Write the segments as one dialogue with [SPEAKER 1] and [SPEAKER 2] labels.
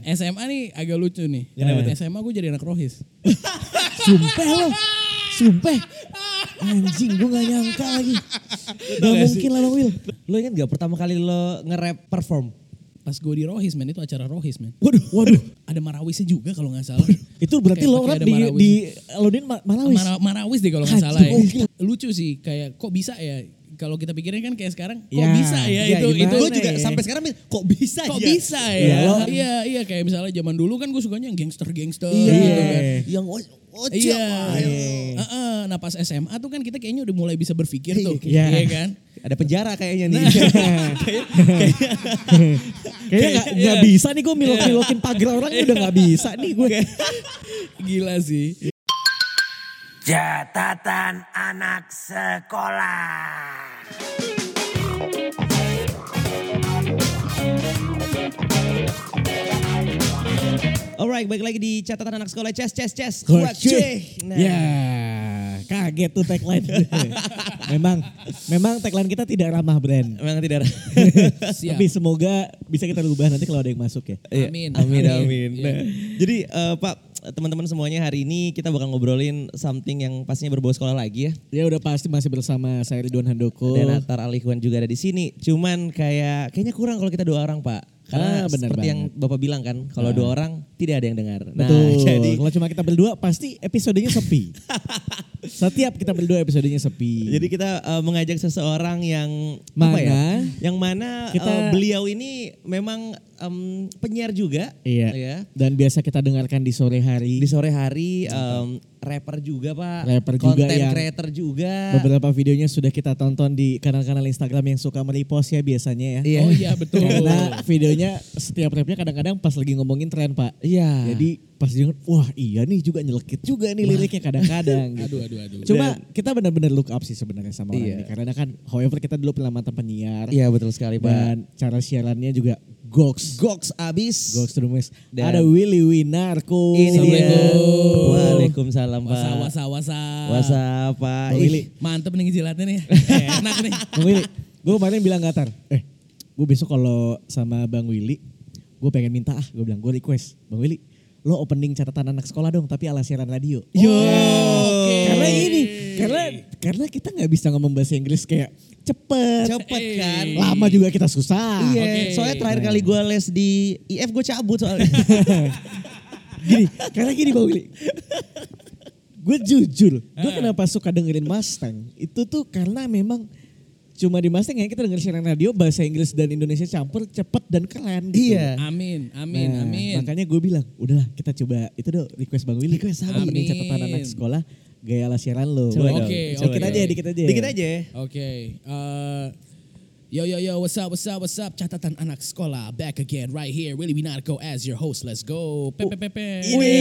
[SPEAKER 1] SMA nih agak lucu nih.
[SPEAKER 2] Kenapa?
[SPEAKER 1] SMA gue jadi anak rohis.
[SPEAKER 2] Sumpah lo. Sumpah. Anjing gue gak nyangka lagi. Gak mungkin lah Bang Will.
[SPEAKER 3] Lo ingat gak pertama kali lo nge-rap perform?
[SPEAKER 1] Pas gue di rohis men, itu acara rohis men.
[SPEAKER 2] Waduh.
[SPEAKER 1] Ada marawisnya juga kalau gak salah.
[SPEAKER 2] Itu berarti
[SPEAKER 1] Kayak
[SPEAKER 2] lo
[SPEAKER 1] pakai
[SPEAKER 2] rap
[SPEAKER 1] ada
[SPEAKER 2] di
[SPEAKER 1] marawis.
[SPEAKER 2] Aludin Marawis.
[SPEAKER 1] Marawis deh kalau nggak
[SPEAKER 2] Anjing,
[SPEAKER 1] salah ya.
[SPEAKER 2] gokil.
[SPEAKER 1] Lucu sih kayak kok bisa ya. Kalau kita pikirin kan kayak sekarang kok
[SPEAKER 2] Ya,
[SPEAKER 1] bisa ya,
[SPEAKER 2] ya
[SPEAKER 1] itu
[SPEAKER 2] gimana
[SPEAKER 3] Gue juga
[SPEAKER 2] ya?
[SPEAKER 3] sampai sekarang kok bisa
[SPEAKER 1] kok
[SPEAKER 3] ya?
[SPEAKER 1] bisa ya.
[SPEAKER 2] Iya, lo-
[SPEAKER 1] Iya kayak misalnya zaman dulu kan gue sukanya yang gangster
[SPEAKER 2] Iya.
[SPEAKER 1] gitu kan.
[SPEAKER 3] Yang
[SPEAKER 1] Iya. Nah pas SMA tuh kan kita kayaknya udah mulai bisa berpikir tuh.
[SPEAKER 2] Iya.
[SPEAKER 1] Iya kan.
[SPEAKER 3] Ada penjara kayaknya nih.
[SPEAKER 2] Kayaknya gak bisa nih gue milok-milokin pagar orang udah gak bisa nih gue.
[SPEAKER 1] Gila sih.
[SPEAKER 4] Catatan anak sekolah.
[SPEAKER 3] Alright, balik lagi di catatan anak sekolah. Ces.
[SPEAKER 2] Kuacuy.
[SPEAKER 3] Nah,
[SPEAKER 2] Ya kaget tuh tagline. memang tagline kita tidak ramah brand.
[SPEAKER 3] memang tidak.
[SPEAKER 1] Siap.
[SPEAKER 2] Tapi semoga bisa kita rubah nanti kalau ada yang masuk ya.
[SPEAKER 3] Iya,
[SPEAKER 1] Amin.
[SPEAKER 3] Amin.
[SPEAKER 1] Iya.
[SPEAKER 3] Nah, jadi Pak, teman-teman semuanya hari ini kita bakal ngobrolin something yang pastinya berbau sekolah lagi ya.
[SPEAKER 2] Ya udah pasti masih bersama saya Ridwan Handoko.
[SPEAKER 3] Dan Atar Alikhwan juga ada di sini. Cuman kayaknya kurang kalau kita 2 orang, Pak. Karena
[SPEAKER 2] benar
[SPEAKER 3] seperti
[SPEAKER 2] banget.
[SPEAKER 3] yang Bapak bilang kan, kalau 2 orang tidak ada yang dengar. Nah,
[SPEAKER 2] Betul.
[SPEAKER 3] jadi
[SPEAKER 2] Kalau cuma kita berdua pasti episodenya sepi. Setiap kita berdua episodenya sepi.
[SPEAKER 3] Jadi kita mengajak seseorang yang
[SPEAKER 2] Mana?
[SPEAKER 3] apa ya? Yang mana
[SPEAKER 2] Kita-
[SPEAKER 3] beliau ini memang penyiar juga,
[SPEAKER 2] Iya.
[SPEAKER 3] ya.
[SPEAKER 2] Dan biasa kita dengarkan di sore hari.
[SPEAKER 3] Di sore hari rapper juga, Pak.
[SPEAKER 2] Rapper juga
[SPEAKER 3] Content
[SPEAKER 2] yang
[SPEAKER 3] creator juga.
[SPEAKER 2] Beberapa videonya sudah kita tonton di kanal-kanal Instagram yang suka merepost ya biasanya ya.
[SPEAKER 3] Iya.
[SPEAKER 1] Oh iya betul.
[SPEAKER 2] Karena videonya setiap rapnya kadang-kadang pas lagi ngomongin tren Pak.
[SPEAKER 3] Iya.
[SPEAKER 2] Jadi pas dia wah iya nih juga nyelekit juga nih liriknya kadang-kadang. gitu.
[SPEAKER 1] Aduh.
[SPEAKER 2] Cuma kita benar-benar look up sih sebenarnya sama orang
[SPEAKER 3] Iya.
[SPEAKER 2] ini. Karena kan however kita dulu pernah mantan penyiar.
[SPEAKER 3] Iya, betul sekali, Pak.
[SPEAKER 2] Dan cara siarannya juga goks.
[SPEAKER 3] Goks abis.
[SPEAKER 2] Goks Trumes.
[SPEAKER 3] Dan-
[SPEAKER 2] Ada Willy Winarko.
[SPEAKER 3] Ini dia.
[SPEAKER 1] Assalamualaikum.
[SPEAKER 3] Waalaikumsalam, Pak.
[SPEAKER 1] Wasa.
[SPEAKER 3] Wasa, Pak.
[SPEAKER 2] Bang Willy.
[SPEAKER 1] Mantep nih ngejilatnya nih. Enak nih.
[SPEAKER 2] Bang Willy, gue kemarin bilang ke Atar, gue besok kalau sama Bang Willy, gue pengen minta gue bilang, gue request, Bang Willy, lo opening catatan anak sekolah dong, tapi ala siaran radio.
[SPEAKER 3] Yo.
[SPEAKER 2] Karena ini, karena kita nggak bisa ngomong bahasa Inggris kayak cepet
[SPEAKER 3] kan.
[SPEAKER 2] lama juga kita susah.
[SPEAKER 3] Iya,
[SPEAKER 1] Oke.
[SPEAKER 3] soalnya terakhir kali gue les di IF gue cabut soalnya.
[SPEAKER 2] Karena gini Bang Willy, gue jujur, gue kenapa suka dengerin Mustang, itu tuh karena memang cuma di Mustang ya kita denger siaran radio bahasa Inggris dan Indonesia campur cepet dan keren gitu.
[SPEAKER 3] Iya.
[SPEAKER 1] Amin.
[SPEAKER 2] Nah, Makanya gue bilang, udahlah kita coba itu dong request Bang Willy.
[SPEAKER 3] Request
[SPEAKER 1] apa?
[SPEAKER 2] Opening
[SPEAKER 1] Amin.
[SPEAKER 2] catatan anak sekolah gaya ala siaran lo.
[SPEAKER 3] Coba
[SPEAKER 2] Boleh?
[SPEAKER 3] dong,
[SPEAKER 1] Oke,
[SPEAKER 3] coba
[SPEAKER 2] Dikit
[SPEAKER 3] dong.
[SPEAKER 2] aja, dikit aja.
[SPEAKER 3] Dikit aja.
[SPEAKER 1] Oke. Yo, what's up? Catatan anak sekolah, back again right here. Willy Winarko as your host. Let's go. Pepe.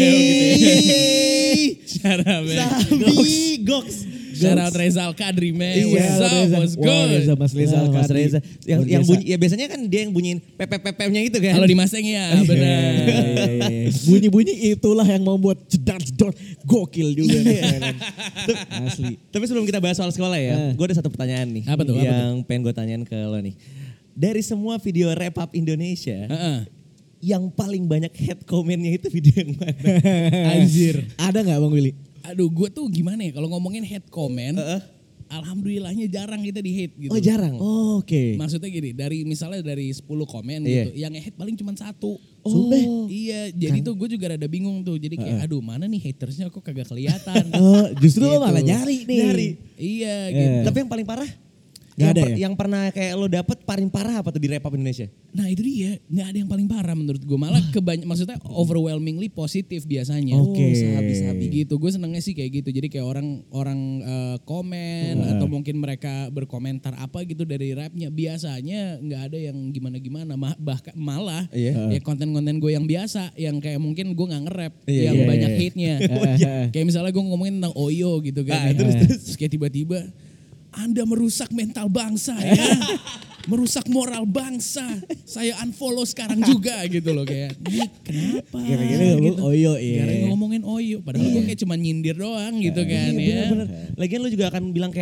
[SPEAKER 3] Wih.
[SPEAKER 1] Cara
[SPEAKER 3] Sabi, goks.
[SPEAKER 1] Shout out Rezal Kadri, man.
[SPEAKER 2] Iya,
[SPEAKER 1] What's up?
[SPEAKER 2] Reza.
[SPEAKER 1] What's
[SPEAKER 2] Wah,
[SPEAKER 1] good?
[SPEAKER 2] Reza, Mas Reza,
[SPEAKER 3] Mas
[SPEAKER 2] Kadri.
[SPEAKER 3] Reza. Yang
[SPEAKER 2] Luar biasa.
[SPEAKER 3] bunyi, ya biasanya kan dia yang bunyiin ppppm-nya itu kan.
[SPEAKER 1] Kalau di Mustang ya, benar.
[SPEAKER 2] Iya. Bunyi-bunyi itulah yang membuat jedar gokil juga. Asli.
[SPEAKER 3] Tapi sebelum kita bahas soal sekolah ya, gue ada satu pertanyaan nih.
[SPEAKER 1] Apa tuh?
[SPEAKER 3] Yang pengen gue tanyain ke lo nih. Dari semua video rap up Indonesia,
[SPEAKER 1] Heeh.
[SPEAKER 3] yang paling banyak head comment-nya itu video yang mana?
[SPEAKER 1] Anjir.
[SPEAKER 2] Ada nggak Bang Willy?
[SPEAKER 1] Aduh, gue tuh gimana ya kalau ngomongin hate comment, alhamdulillahnya jarang kita di hate gitu.
[SPEAKER 3] Oh jarang.
[SPEAKER 2] Oh, Oke.
[SPEAKER 1] Maksudnya gini, misalnya dari 10 komen
[SPEAKER 3] Iya.
[SPEAKER 1] gitu, yang hate paling cuma 1.
[SPEAKER 2] Sumpah?
[SPEAKER 1] Iya, jadi tuh gue juga rada bingung tuh. Jadi kayak aduh mana nih hatersnya kok kagak kelihatan.
[SPEAKER 2] Oh, justru lo
[SPEAKER 1] Gitu.
[SPEAKER 2] malah nyari nih.
[SPEAKER 3] Nyari.
[SPEAKER 1] Iya
[SPEAKER 2] Iya.
[SPEAKER 1] gitu.
[SPEAKER 3] Tapi yang paling parah?
[SPEAKER 2] Nggak ada ya?
[SPEAKER 3] Yang pernah kayak lo dapet paling parah apa tuh di rap up Indonesia?
[SPEAKER 1] Nah itu dia, nggak ada yang paling parah menurut gue. Malah maksudnya overwhelmingly positif biasanya.
[SPEAKER 2] Oke.
[SPEAKER 1] Sabi-sabi gitu. Gue senengnya sih kayak gitu. Jadi kayak orang komen atau mungkin mereka berkomentar apa gitu dari rapnya. Biasanya nggak ada yang gimana-gimana. Bahkan malah
[SPEAKER 3] Iya.
[SPEAKER 1] ya konten-konten gue yang biasa. Yang kayak mungkin gue nggak nge-rap.
[SPEAKER 3] Iya,
[SPEAKER 1] yang
[SPEAKER 2] iya,
[SPEAKER 1] banyak
[SPEAKER 2] iya.
[SPEAKER 1] hate-nya. Kayak misalnya gue ngomongin tentang Oyo gitu kan. Terus kayak tiba-tiba Anda merusak mental bangsa ya. Merusak moral bangsa. Saya unfollow sekarang juga gitu loh kayak. Ini kenapa?
[SPEAKER 2] Kira-kira
[SPEAKER 1] gitu.
[SPEAKER 2] ngomong Oyo
[SPEAKER 1] Gara-gara
[SPEAKER 2] iya.
[SPEAKER 1] ngomongin Oyo. Padahal gue kayak cuma nyindir doang gitu kan
[SPEAKER 3] Iya,
[SPEAKER 1] ya.
[SPEAKER 3] bener. Lagian lo juga akan bilang kayak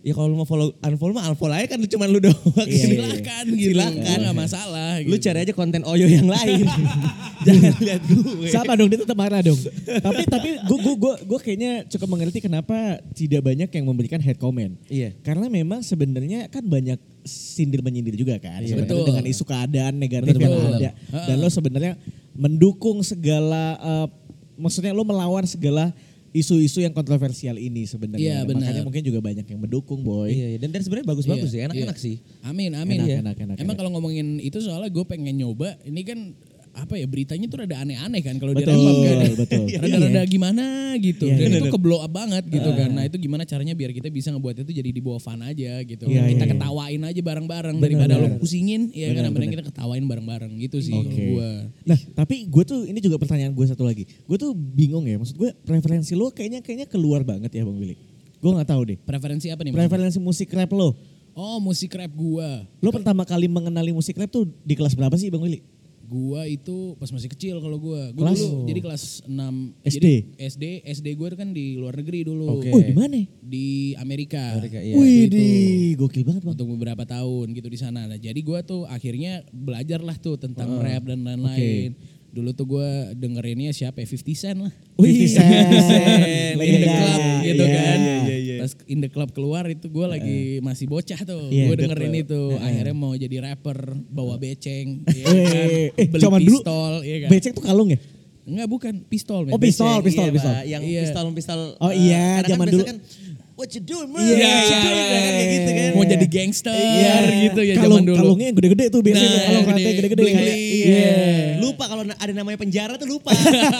[SPEAKER 3] Ya kalau lu mau unfollow mah unfollow aja kan cuma lu doang.
[SPEAKER 1] Silakan gitu.
[SPEAKER 3] Silakan.
[SPEAKER 1] Gak masalah
[SPEAKER 3] Lu
[SPEAKER 1] gitu.
[SPEAKER 3] cari aja konten Oyo yang lain. Jangan lihat gue.
[SPEAKER 2] Sama dong, dia tetap marah dong. tapi gue kayaknya cukup mengerti kenapa tidak banyak yang memberikan hate comment.
[SPEAKER 3] Iya.
[SPEAKER 2] Karena memang sebenarnya kan banyak sindir menyindir juga kan. Sebenarnya
[SPEAKER 1] betul.
[SPEAKER 2] dengan isu keadaan negatif yang
[SPEAKER 1] Betul.
[SPEAKER 2] ada. Dan lo sebenarnya mendukung segala, maksudnya lo melawan segala isu-isu yang kontroversial ini
[SPEAKER 1] Iya,
[SPEAKER 2] sebenarnya.
[SPEAKER 1] benar.
[SPEAKER 2] Makanya mungkin juga banyak yang mendukung, boy.
[SPEAKER 3] Iya, dan sebenarnya bagus-bagus
[SPEAKER 1] Iya,
[SPEAKER 3] sih, enak-enak
[SPEAKER 1] iya.
[SPEAKER 3] sih.
[SPEAKER 1] Amin.
[SPEAKER 2] Enak.
[SPEAKER 1] Emang kalau ngomongin itu soalnya gue pengen nyoba. Ini kan apa ya, beritanya tuh rada aneh-aneh kan kalau di
[SPEAKER 2] Betul,
[SPEAKER 1] Rembang kan.
[SPEAKER 2] betul.
[SPEAKER 1] Rada-rada gimana gitu.
[SPEAKER 2] Iya,
[SPEAKER 1] Dan
[SPEAKER 2] iya.
[SPEAKER 1] itu ke-blow up banget gitu kan. Nah itu gimana caranya biar kita bisa ngebuat itu jadi dibawa fun aja gitu.
[SPEAKER 2] Iya,
[SPEAKER 1] Kita
[SPEAKER 2] iya.
[SPEAKER 1] ketawain aja bareng-bareng daripada
[SPEAKER 2] benar.
[SPEAKER 1] lo pusingin. Ya kan,
[SPEAKER 2] Benar,
[SPEAKER 1] mending
[SPEAKER 2] benar.
[SPEAKER 1] kita ketawain bareng-bareng gitu sih
[SPEAKER 2] Oke.
[SPEAKER 1] kalau gue.
[SPEAKER 2] Nah, tapi gue tuh ini juga pertanyaan gue satu lagi. Gue tuh bingung ya, maksud gue preferensi lo kayaknya keluar banget ya Bang Willy. Gue nggak tahu deh.
[SPEAKER 1] Preferensi apa nih? Mas?
[SPEAKER 2] Preferensi musik rap lo.
[SPEAKER 1] Oh, musik rap gua.
[SPEAKER 2] Lo pertama kali mengenali musik rap tuh di kelas berapa sih Bang Willy?
[SPEAKER 1] Gua itu pas masih kecil kalau gua. Gua
[SPEAKER 2] Kelas?
[SPEAKER 1] dulu jadi kelas 6
[SPEAKER 2] SD?
[SPEAKER 1] Jadi SD gua kan di luar negeri dulu.
[SPEAKER 2] Oh, di mana?
[SPEAKER 1] Di Amerika.
[SPEAKER 3] Iya.
[SPEAKER 2] Wih,
[SPEAKER 1] Itu.
[SPEAKER 2] gokil banget Bang.
[SPEAKER 1] Untuk beberapa tahun gitu di sana. Nah, jadi gua tuh akhirnya belajar lah tuh tentang rap dan lain-lain. Dulu tuh gua dengerinnya siapa ya? 50 Cent lah.
[SPEAKER 2] Wih,
[SPEAKER 1] 50 Cent. In the
[SPEAKER 2] legenda.
[SPEAKER 1] Club gitu
[SPEAKER 2] Iya,
[SPEAKER 1] kan.
[SPEAKER 2] iya.
[SPEAKER 1] Pas In the Club keluar itu gue lagi masih bocah tuh.
[SPEAKER 2] Iya,
[SPEAKER 1] Gue
[SPEAKER 2] The
[SPEAKER 1] dengerin
[SPEAKER 2] Club.
[SPEAKER 1] itu. Akhirnya mau jadi rapper, bawa beceng. Ya
[SPEAKER 2] Eh,
[SPEAKER 1] kan? Beli
[SPEAKER 2] zaman dulu
[SPEAKER 1] pistol. Iya kan?
[SPEAKER 2] becek tuh kalung ya?
[SPEAKER 1] Enggak, bukan. Pistol. men.
[SPEAKER 2] Oh, pistol,
[SPEAKER 1] Beceng.
[SPEAKER 2] pistol,
[SPEAKER 3] Iya,
[SPEAKER 2] pistol.
[SPEAKER 3] Pak. Yang
[SPEAKER 1] Iya.
[SPEAKER 3] pistol.
[SPEAKER 2] Oh iya,
[SPEAKER 3] kadang
[SPEAKER 2] zaman
[SPEAKER 3] kan
[SPEAKER 2] dulu.
[SPEAKER 3] biasa kan, what you doing, man?
[SPEAKER 1] Iya,
[SPEAKER 3] What you doing, man? Kayak gitu kan.
[SPEAKER 1] Mau jadi gangster gitu ya
[SPEAKER 2] Kalung,
[SPEAKER 1] zaman dulu.
[SPEAKER 2] kalungnya yang gede-gede tuh biasanya
[SPEAKER 1] Nah,
[SPEAKER 2] tuh kalung
[SPEAKER 1] gede.
[SPEAKER 2] rantai gede-gede.
[SPEAKER 1] Bling-bling.
[SPEAKER 2] Iya.
[SPEAKER 3] Lupa kalau ada namanya penjara tuh lupa.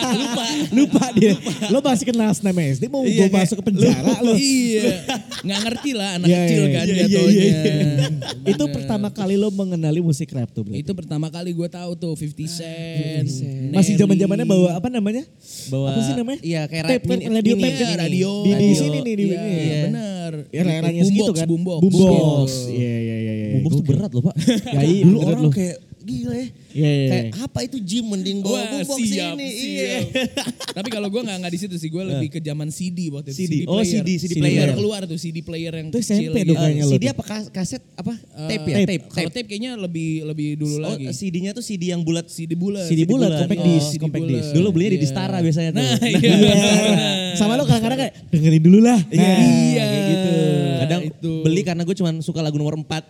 [SPEAKER 2] Lupa dia. Lo masih kenal Snap SD mau
[SPEAKER 3] Iya,
[SPEAKER 2] gue masuk ke penjara lo.
[SPEAKER 1] Iya. Nggak ngerti lah anak
[SPEAKER 2] Iya,
[SPEAKER 1] kecil
[SPEAKER 2] iya,
[SPEAKER 1] kan
[SPEAKER 3] iya,
[SPEAKER 1] jatuhnya.
[SPEAKER 2] Itu pertama kali lo mengenali musik rap tuh berarti.
[SPEAKER 1] Itu pertama kali gue tahu tuh 50 Cent.
[SPEAKER 2] Masih
[SPEAKER 1] Nelly.
[SPEAKER 2] zaman-zamannya bawa apa namanya?
[SPEAKER 3] Bawa
[SPEAKER 2] Apa sih namanya?
[SPEAKER 3] Iya, kayak
[SPEAKER 2] Tape,
[SPEAKER 3] mini-
[SPEAKER 2] radio
[SPEAKER 3] mini-
[SPEAKER 2] tape.
[SPEAKER 1] Iya, radio.
[SPEAKER 2] Di sini nih di
[SPEAKER 1] Iya,
[SPEAKER 2] ini.
[SPEAKER 1] benar.
[SPEAKER 2] Ya era-eranya
[SPEAKER 1] Boombox,
[SPEAKER 2] segitu kan.
[SPEAKER 1] Boombox.
[SPEAKER 2] Boombox.
[SPEAKER 1] Gitu.
[SPEAKER 2] Iya iya iya.
[SPEAKER 3] Boombox tuh berat loh, Pak.
[SPEAKER 2] Ya, iya,
[SPEAKER 3] Dulu
[SPEAKER 2] berat
[SPEAKER 3] orang
[SPEAKER 2] loh.
[SPEAKER 3] kayak gila ya.
[SPEAKER 2] Iya, iya,
[SPEAKER 3] Kayak
[SPEAKER 2] iya.
[SPEAKER 3] apa itu gym mending bawa
[SPEAKER 1] Wah,
[SPEAKER 3] boombox
[SPEAKER 1] siap,
[SPEAKER 3] ini.
[SPEAKER 1] siap.
[SPEAKER 3] Iya.
[SPEAKER 1] Tapi kalau gue nggak di situ sih, gue lebih ke zaman CD waktu itu.
[SPEAKER 3] CD. Oh,
[SPEAKER 1] player.
[SPEAKER 3] CD player.
[SPEAKER 1] Baru keluar tuh CD player yang
[SPEAKER 2] Itu
[SPEAKER 1] kecil.
[SPEAKER 2] SMP
[SPEAKER 1] gitu.
[SPEAKER 2] dong kayaknya lo
[SPEAKER 3] CD
[SPEAKER 2] tuh.
[SPEAKER 3] apa kaset apa?
[SPEAKER 1] Eh,
[SPEAKER 3] Tape ya?
[SPEAKER 2] tape.
[SPEAKER 1] Kalau tape kayaknya lebih dulu
[SPEAKER 3] Oh,
[SPEAKER 1] lagi.
[SPEAKER 3] CD-nya tuh CD yang bulat.
[SPEAKER 1] CD bulat.
[SPEAKER 2] CD bulat, compact
[SPEAKER 1] Oh,
[SPEAKER 2] disc,
[SPEAKER 1] CD
[SPEAKER 2] compact
[SPEAKER 1] bulat.
[SPEAKER 2] disc.
[SPEAKER 3] Dulu belinya di
[SPEAKER 1] Iya.
[SPEAKER 3] Distara biasanya tuh.
[SPEAKER 1] Nah, iya.
[SPEAKER 2] Sama lo kadang-kadang kayak dengerin dulu lah. Nah,
[SPEAKER 1] Iya.
[SPEAKER 2] kayak gitu.
[SPEAKER 3] Kadang
[SPEAKER 1] itu.
[SPEAKER 3] beli karena gue cuma suka lagu nomor 4.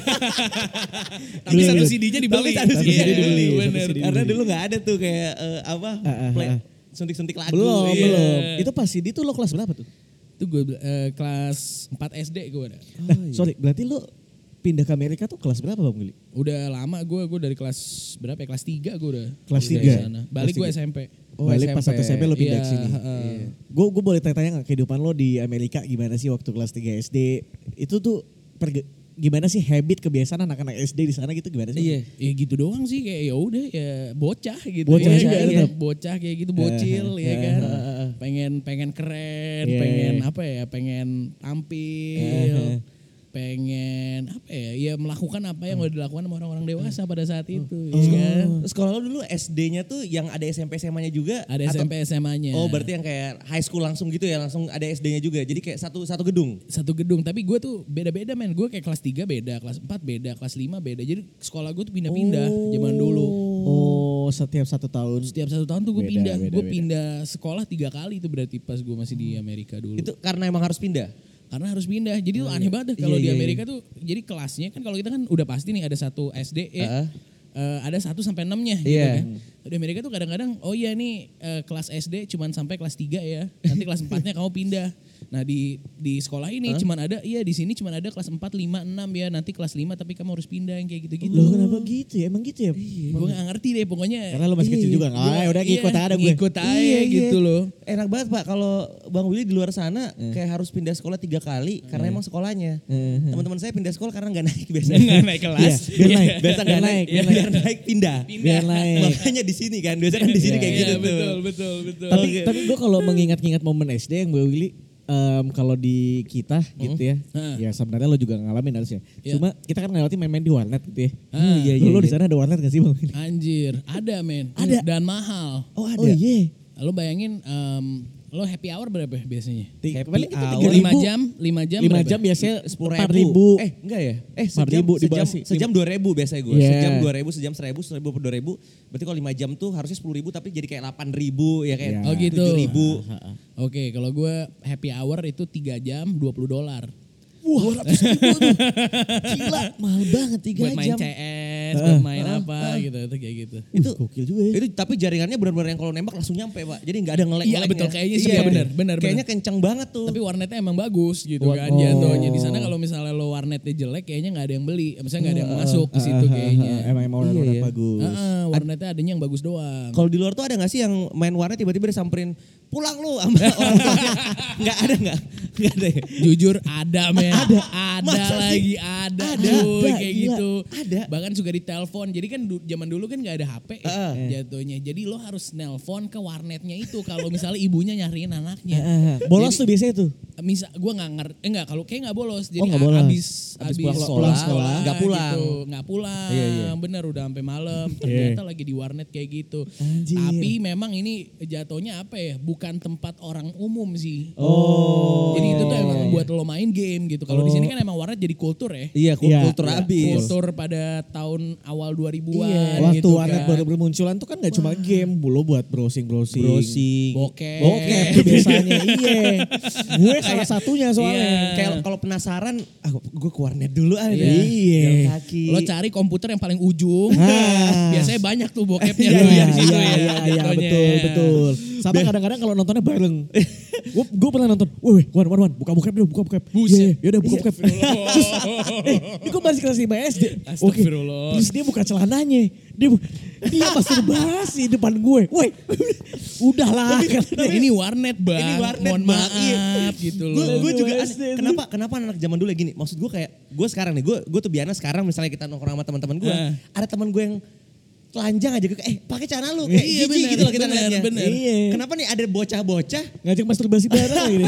[SPEAKER 1] Tapi
[SPEAKER 2] Dulu,
[SPEAKER 1] satu
[SPEAKER 2] dulu.
[SPEAKER 1] CD-nya dibeli.
[SPEAKER 3] Tapi satu CD
[SPEAKER 1] Iya,
[SPEAKER 2] dibeli, satu
[SPEAKER 1] bener.
[SPEAKER 2] CD
[SPEAKER 3] Karena dulu gak ada tuh kayak apa? Suntik-suntik lagu.
[SPEAKER 2] Belum,
[SPEAKER 1] Iya.
[SPEAKER 2] belum. Itu pas CD tuh lo kelas berapa tuh?
[SPEAKER 1] Itu gue kelas 4 SD gue udah.
[SPEAKER 2] Nah, sorry, berarti lo pindah ke Amerika tuh kelas berapa Bang Willy?
[SPEAKER 1] Udah lama gue dari kelas berapa ya? Kelas 3 gue udah.
[SPEAKER 2] Kelas
[SPEAKER 1] Udah
[SPEAKER 2] 3?
[SPEAKER 1] di sana. Balik gue
[SPEAKER 2] Kelas 3.
[SPEAKER 1] SMP.
[SPEAKER 3] Oh,
[SPEAKER 2] Balik pas satu SMP lo pindah
[SPEAKER 1] Iya,
[SPEAKER 2] ke sini. Gue boleh tanya nggak kehidupan lo di Amerika gimana sih waktu kelas 3 SD? Itu tuh gimana sih habit kebiasaan anak-anak SD di sana gitu gimana sih?
[SPEAKER 3] Iya.
[SPEAKER 1] Ya gitu doang sih, kayak ya udah ya bocah gitu.
[SPEAKER 2] Bocah
[SPEAKER 1] ya,
[SPEAKER 2] aja,
[SPEAKER 1] kan?
[SPEAKER 2] tetap.
[SPEAKER 1] Bocah kayak gitu, bocil ya kan. Pengen keren,
[SPEAKER 2] Iya.
[SPEAKER 1] pengen apa ya? Pengen tampil. Pengen apa ya? Ya melakukan apa yang udah dilakukan sama orang-orang dewasa pada saat itu, ya kan.
[SPEAKER 3] Terus kalau lo dulu SD-nya tuh yang ada SMP SMA-nya juga?
[SPEAKER 1] Ada
[SPEAKER 3] atau-
[SPEAKER 1] SMP SMA-nya.
[SPEAKER 3] Oh berarti yang kayak high school langsung gitu ya, langsung ada SD-nya juga. Jadi kayak satu gedung.
[SPEAKER 1] Satu gedung, tapi gue tuh beda-beda men. Gue kayak kelas 3 beda, kelas 4 beda, kelas 5 beda. Jadi sekolah gue tuh pindah-pindah zaman dulu.
[SPEAKER 2] Oh, setiap 1 tahun.
[SPEAKER 1] Setiap 1 tahun tuh gue
[SPEAKER 2] Beda,
[SPEAKER 1] pindah.
[SPEAKER 2] beda,
[SPEAKER 1] Gue
[SPEAKER 2] beda.
[SPEAKER 1] pindah sekolah 3 kali itu berarti pas gue masih di Amerika dulu.
[SPEAKER 3] Itu karena emang harus pindah?
[SPEAKER 1] Karena harus pindah. Jadi tuh aneh banget deh kalau
[SPEAKER 3] Iya,
[SPEAKER 1] di
[SPEAKER 3] iya,
[SPEAKER 1] Amerika tuh. Jadi kelasnya kan kalau kita kan udah pasti nih ada satu SD ya. Ada 1 sampai 6-nya gitu
[SPEAKER 3] Iya.
[SPEAKER 1] kan. Di Amerika tuh kadang-kadang oh iya nih kelas SD cuman sampai kelas 3 ya. Nanti kelas 4-nya kamu pindah. Nah di sekolah ini cuman ada di sini cuman ada kelas 4, 5, 6 ya. Nanti kelas 5 tapi kamu harus pindah yang kayak gitu-gitu.
[SPEAKER 2] Loh kenapa gitu ya? Emang gitu ya?
[SPEAKER 1] Gue gak ngerti deh pokoknya.
[SPEAKER 2] Karena lo masih kecil juga. Ah, udah ngikut aja gue.
[SPEAKER 1] Ngikut aja gitu loh.
[SPEAKER 3] Enak banget Pak kalau Bang Willy di luar sana kayak harus pindah sekolah 3 kali karena emang sekolahnya. Teman-teman saya pindah sekolah karena nggak naik biasanya.
[SPEAKER 1] Nggak naik kelas.
[SPEAKER 2] Iya, biar naik.
[SPEAKER 3] Biasa nggak naik, biar naik pindah.
[SPEAKER 2] Biar naik.
[SPEAKER 3] Makanya di sini kan, biasa kan di sini kayak
[SPEAKER 1] Iya,
[SPEAKER 3] gitu tuh.
[SPEAKER 1] betul.
[SPEAKER 2] Tapi gue kalau mengingat-ingat momen SD yang gue Willy, kalau di kita gitu ya, ya sebenarnya lo juga ngalamin harusnya.
[SPEAKER 1] Iya.
[SPEAKER 2] Cuma kita kan ngelewatin main-main di warnet gitu ya.
[SPEAKER 1] Iya,
[SPEAKER 2] Lo di sana ada warnet gak sih Bang Willy?
[SPEAKER 1] Anjir, ada men.
[SPEAKER 2] Ada.
[SPEAKER 1] Dan mahal.
[SPEAKER 2] Oh ada.
[SPEAKER 3] Oh iya.
[SPEAKER 1] Lo bayangin Lo happy hour berapa biasanya?
[SPEAKER 2] Paling kita
[SPEAKER 3] hour.
[SPEAKER 2] 3.000.
[SPEAKER 1] 5 jam
[SPEAKER 2] 5
[SPEAKER 1] berapa?
[SPEAKER 2] jam biasanya
[SPEAKER 3] 10.000. Enggak ya? Sejam
[SPEAKER 2] 4.000 dibahas.
[SPEAKER 3] sejam 2.000 biasanya gue.
[SPEAKER 2] Yeah.
[SPEAKER 3] Sejam 2.000, sejam 1.000, 1.000 per 2.000. Berarti kalau 5 jam tuh harusnya 10.000 tapi jadi kayak 8.000 ya kayak.
[SPEAKER 2] Yeah.
[SPEAKER 1] Oh gitu.
[SPEAKER 3] 7.000.
[SPEAKER 1] Oke, kalau gue happy hour itu 3 jam $20.
[SPEAKER 2] Wah, 200.000 tuh. Gila, mahal banget 3
[SPEAKER 1] Buat main
[SPEAKER 2] jam.
[SPEAKER 1] CS, buat main apa gitu, itu kayak gitu.
[SPEAKER 2] Itu gokil juga ya.
[SPEAKER 3] Itu tapi jaringannya benar-benar yang kalau nembak langsung nyampe, Pak. Jadi enggak ada nge-lag-nya.
[SPEAKER 1] Iya betul, kayaknya sih benar.
[SPEAKER 3] Kayaknya kencang banget tuh.
[SPEAKER 1] Tapi warnetnya emang bagus gitu
[SPEAKER 2] Oh.
[SPEAKER 1] kan jatuhnya. Di sana kalau misalnya lo warnetnya jelek kayaknya nggak ada yang beli. Misalnya nggak ada yang masuk ke situ kayaknya.
[SPEAKER 2] Emang warna
[SPEAKER 3] Iya.
[SPEAKER 2] bagus.
[SPEAKER 1] Warnetnya adanya yang bagus doang.
[SPEAKER 3] Kalau di luar tuh ada gak sih yang main warnet tiba-tiba disamperin pulang lu sama orang tuanya? Enggak ada. Enggak ada ya?
[SPEAKER 1] Jujur ada men. Ada
[SPEAKER 3] Masa
[SPEAKER 1] lagi
[SPEAKER 3] sih?
[SPEAKER 1] ada
[SPEAKER 3] Ada,
[SPEAKER 1] cuy kayak
[SPEAKER 2] gila.
[SPEAKER 1] gitu.
[SPEAKER 3] Ada.
[SPEAKER 1] Bahkan juga di telepon. Jadi kan zaman dulu kan nggak ada HP jatuhnya. Jadi lo harus nelpon ke warnetnya itu kalau misalnya ibunya nyariin anaknya.
[SPEAKER 2] Bolos tuh biasanya tuh.
[SPEAKER 1] Misal gue nggak ngerti, enggak kalau kayak nggak bolos. Jadi
[SPEAKER 2] nggak bolos.
[SPEAKER 1] abis
[SPEAKER 2] pulang sekolah,
[SPEAKER 3] nggak pulang.
[SPEAKER 1] gitu. Nggak pulang.
[SPEAKER 3] Iya.
[SPEAKER 1] Bener udah sampai malam. Ternyata lagi di warnet kayak gitu.
[SPEAKER 2] Anjir.
[SPEAKER 1] Tapi memang ini jatuhnya apa ya? Bukan tempat orang umum sih.
[SPEAKER 2] Oh.
[SPEAKER 1] Jadi itu tuh emang buat lo main game gitu. Kalau di sini kan emang warnet jadi kultur ya.
[SPEAKER 3] Iya,
[SPEAKER 2] Iya,
[SPEAKER 3] kultur
[SPEAKER 2] iya.
[SPEAKER 3] habis.
[SPEAKER 1] Kultur pada tahun awal 2000-an
[SPEAKER 2] Waktu
[SPEAKER 1] gitu
[SPEAKER 2] warnet
[SPEAKER 1] kan.
[SPEAKER 2] baru bermunculan tuh kan gak cuma game, lo buat browsing.
[SPEAKER 3] Browsing.
[SPEAKER 1] Bokep.
[SPEAKER 2] Tuh biasanya, iya. Gue salah satunya soalnya.
[SPEAKER 1] Iya.
[SPEAKER 3] Kayak kalau penasaran, gue ke warnet dulu aja.
[SPEAKER 2] Iya.
[SPEAKER 3] Jalan kaki.
[SPEAKER 1] Lo cari komputer yang paling ujung.
[SPEAKER 2] Ah.
[SPEAKER 1] Biasanya banyak tuh bokepnya
[SPEAKER 2] Iya,
[SPEAKER 1] tuh
[SPEAKER 2] iya,
[SPEAKER 1] di situ
[SPEAKER 2] iya,
[SPEAKER 1] ya.
[SPEAKER 2] iya,
[SPEAKER 1] jatuhnya.
[SPEAKER 2] betul. Sama kadang-kadang kalau nontonnya bareng. Gue pernah nonton, weh, Wan, buka bokep dulu, buka bokep.
[SPEAKER 1] Buset.
[SPEAKER 2] Iya, yaudah buka bokep. Ini gue masih kelas 5 SD. Oke.
[SPEAKER 1] Astagfirullah.
[SPEAKER 2] Terus dia buka celananya. Dia masturbasi depan gue. Woi, udahlah.
[SPEAKER 1] Ini warnet bang.
[SPEAKER 3] Ini warnet,
[SPEAKER 1] Mohon
[SPEAKER 3] Bang. Iya.
[SPEAKER 1] maaf gitu loh.
[SPEAKER 3] Gue juga
[SPEAKER 2] SD itu.
[SPEAKER 3] kenapa anak zaman dulu gini? Maksud gue kayak gue sekarang nih, gue tuh biasa sekarang misalnya kita nongkrong sama teman-teman gue, ada teman gue yang telanjang aja pakai celana lu kayak
[SPEAKER 1] Iya,
[SPEAKER 3] jijik
[SPEAKER 1] bener,
[SPEAKER 3] gitu loh kita
[SPEAKER 1] bener,
[SPEAKER 3] ngeliatnya.
[SPEAKER 1] bener.
[SPEAKER 2] Iya.
[SPEAKER 3] Kenapa nih ada bocah-bocah
[SPEAKER 2] Ngajak masturbasi bareng gini.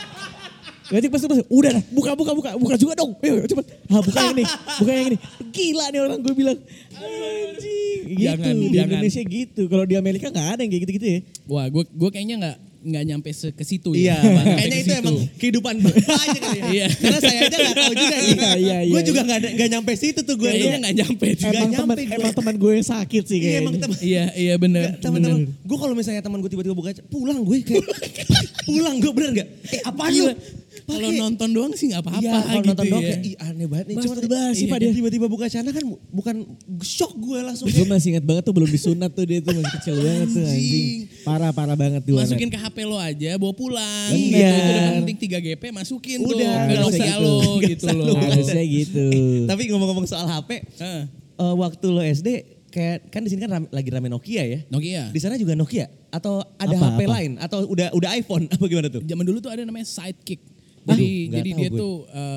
[SPEAKER 2] Ngajak masturbasi. Udah dah, buka juga dong. Ayo cepet. Buka yang ini. Gila nih orang gue bilang. Anjing. Gitu,
[SPEAKER 1] Jangan,
[SPEAKER 2] di
[SPEAKER 1] jangan.
[SPEAKER 2] Indonesia gitu. Kalau di Amerika gak ada yang kayak gitu-gitu ya.
[SPEAKER 1] Wah, gue kayaknya nggak nyampe ke situ
[SPEAKER 3] Iya,
[SPEAKER 1] ya. Nggak
[SPEAKER 3] kayaknya
[SPEAKER 1] ke
[SPEAKER 3] itu
[SPEAKER 1] situ.
[SPEAKER 3] emang kehidupan bangsa aja kali ya.
[SPEAKER 1] Iya.
[SPEAKER 3] Karena saya aja gak tahu juga nih.
[SPEAKER 2] Iya.
[SPEAKER 3] Gue juga gak nyampe situ tuh gue.
[SPEAKER 1] Kayaknya nggak nyampe.
[SPEAKER 2] Emang teman gue yang sakit sih
[SPEAKER 3] Iya
[SPEAKER 2] kayaknya.
[SPEAKER 3] emang teman.
[SPEAKER 1] Iya bener.
[SPEAKER 3] Teman-teman, gue kalau misalnya teman gue tiba-tiba buka pulang gue kayak pulang gue bener gak? Apaan lu?
[SPEAKER 1] Kalau nonton doang sih nggak apa-apa
[SPEAKER 3] Iya, kalau
[SPEAKER 1] gitu
[SPEAKER 3] nonton doang
[SPEAKER 1] ya.
[SPEAKER 3] kayak aneh banget nih. Cuma
[SPEAKER 2] Masturbasi, Pak,
[SPEAKER 3] dia
[SPEAKER 2] dia.
[SPEAKER 3] tiba-tiba buka celana kan bukan shock gue langsung.
[SPEAKER 2] Gue masih ingat banget tuh belum disunat tuh dia tuh masih kecil banget tuh anjing. Parah banget di warnet.
[SPEAKER 1] Masukin ke HP lo aja, bawa pulang.
[SPEAKER 2] Bener.
[SPEAKER 1] Gitu. Itu udah penting 3GP masukin tuh
[SPEAKER 3] Udah,
[SPEAKER 1] ke
[SPEAKER 3] nggak
[SPEAKER 1] Nokia
[SPEAKER 3] usah
[SPEAKER 1] lo
[SPEAKER 3] tuh.
[SPEAKER 1] gitu loh.
[SPEAKER 2] Harusnya gitu.
[SPEAKER 3] Tapi ngomong-ngomong soal HP,
[SPEAKER 1] Heeh.
[SPEAKER 3] waktu lo SD kayak kan di sini kan lagi rame Nokia ya.
[SPEAKER 1] Nokia.
[SPEAKER 3] Di sana juga Nokia atau ada
[SPEAKER 2] Apa,
[SPEAKER 3] HP
[SPEAKER 2] apa?
[SPEAKER 3] lain atau udah iPhone apa gimana tuh?
[SPEAKER 1] Zaman dulu tuh ada namanya Sidekick.
[SPEAKER 3] Nggak
[SPEAKER 1] Jadi
[SPEAKER 3] tahu
[SPEAKER 1] dia
[SPEAKER 3] gue.
[SPEAKER 1] tuh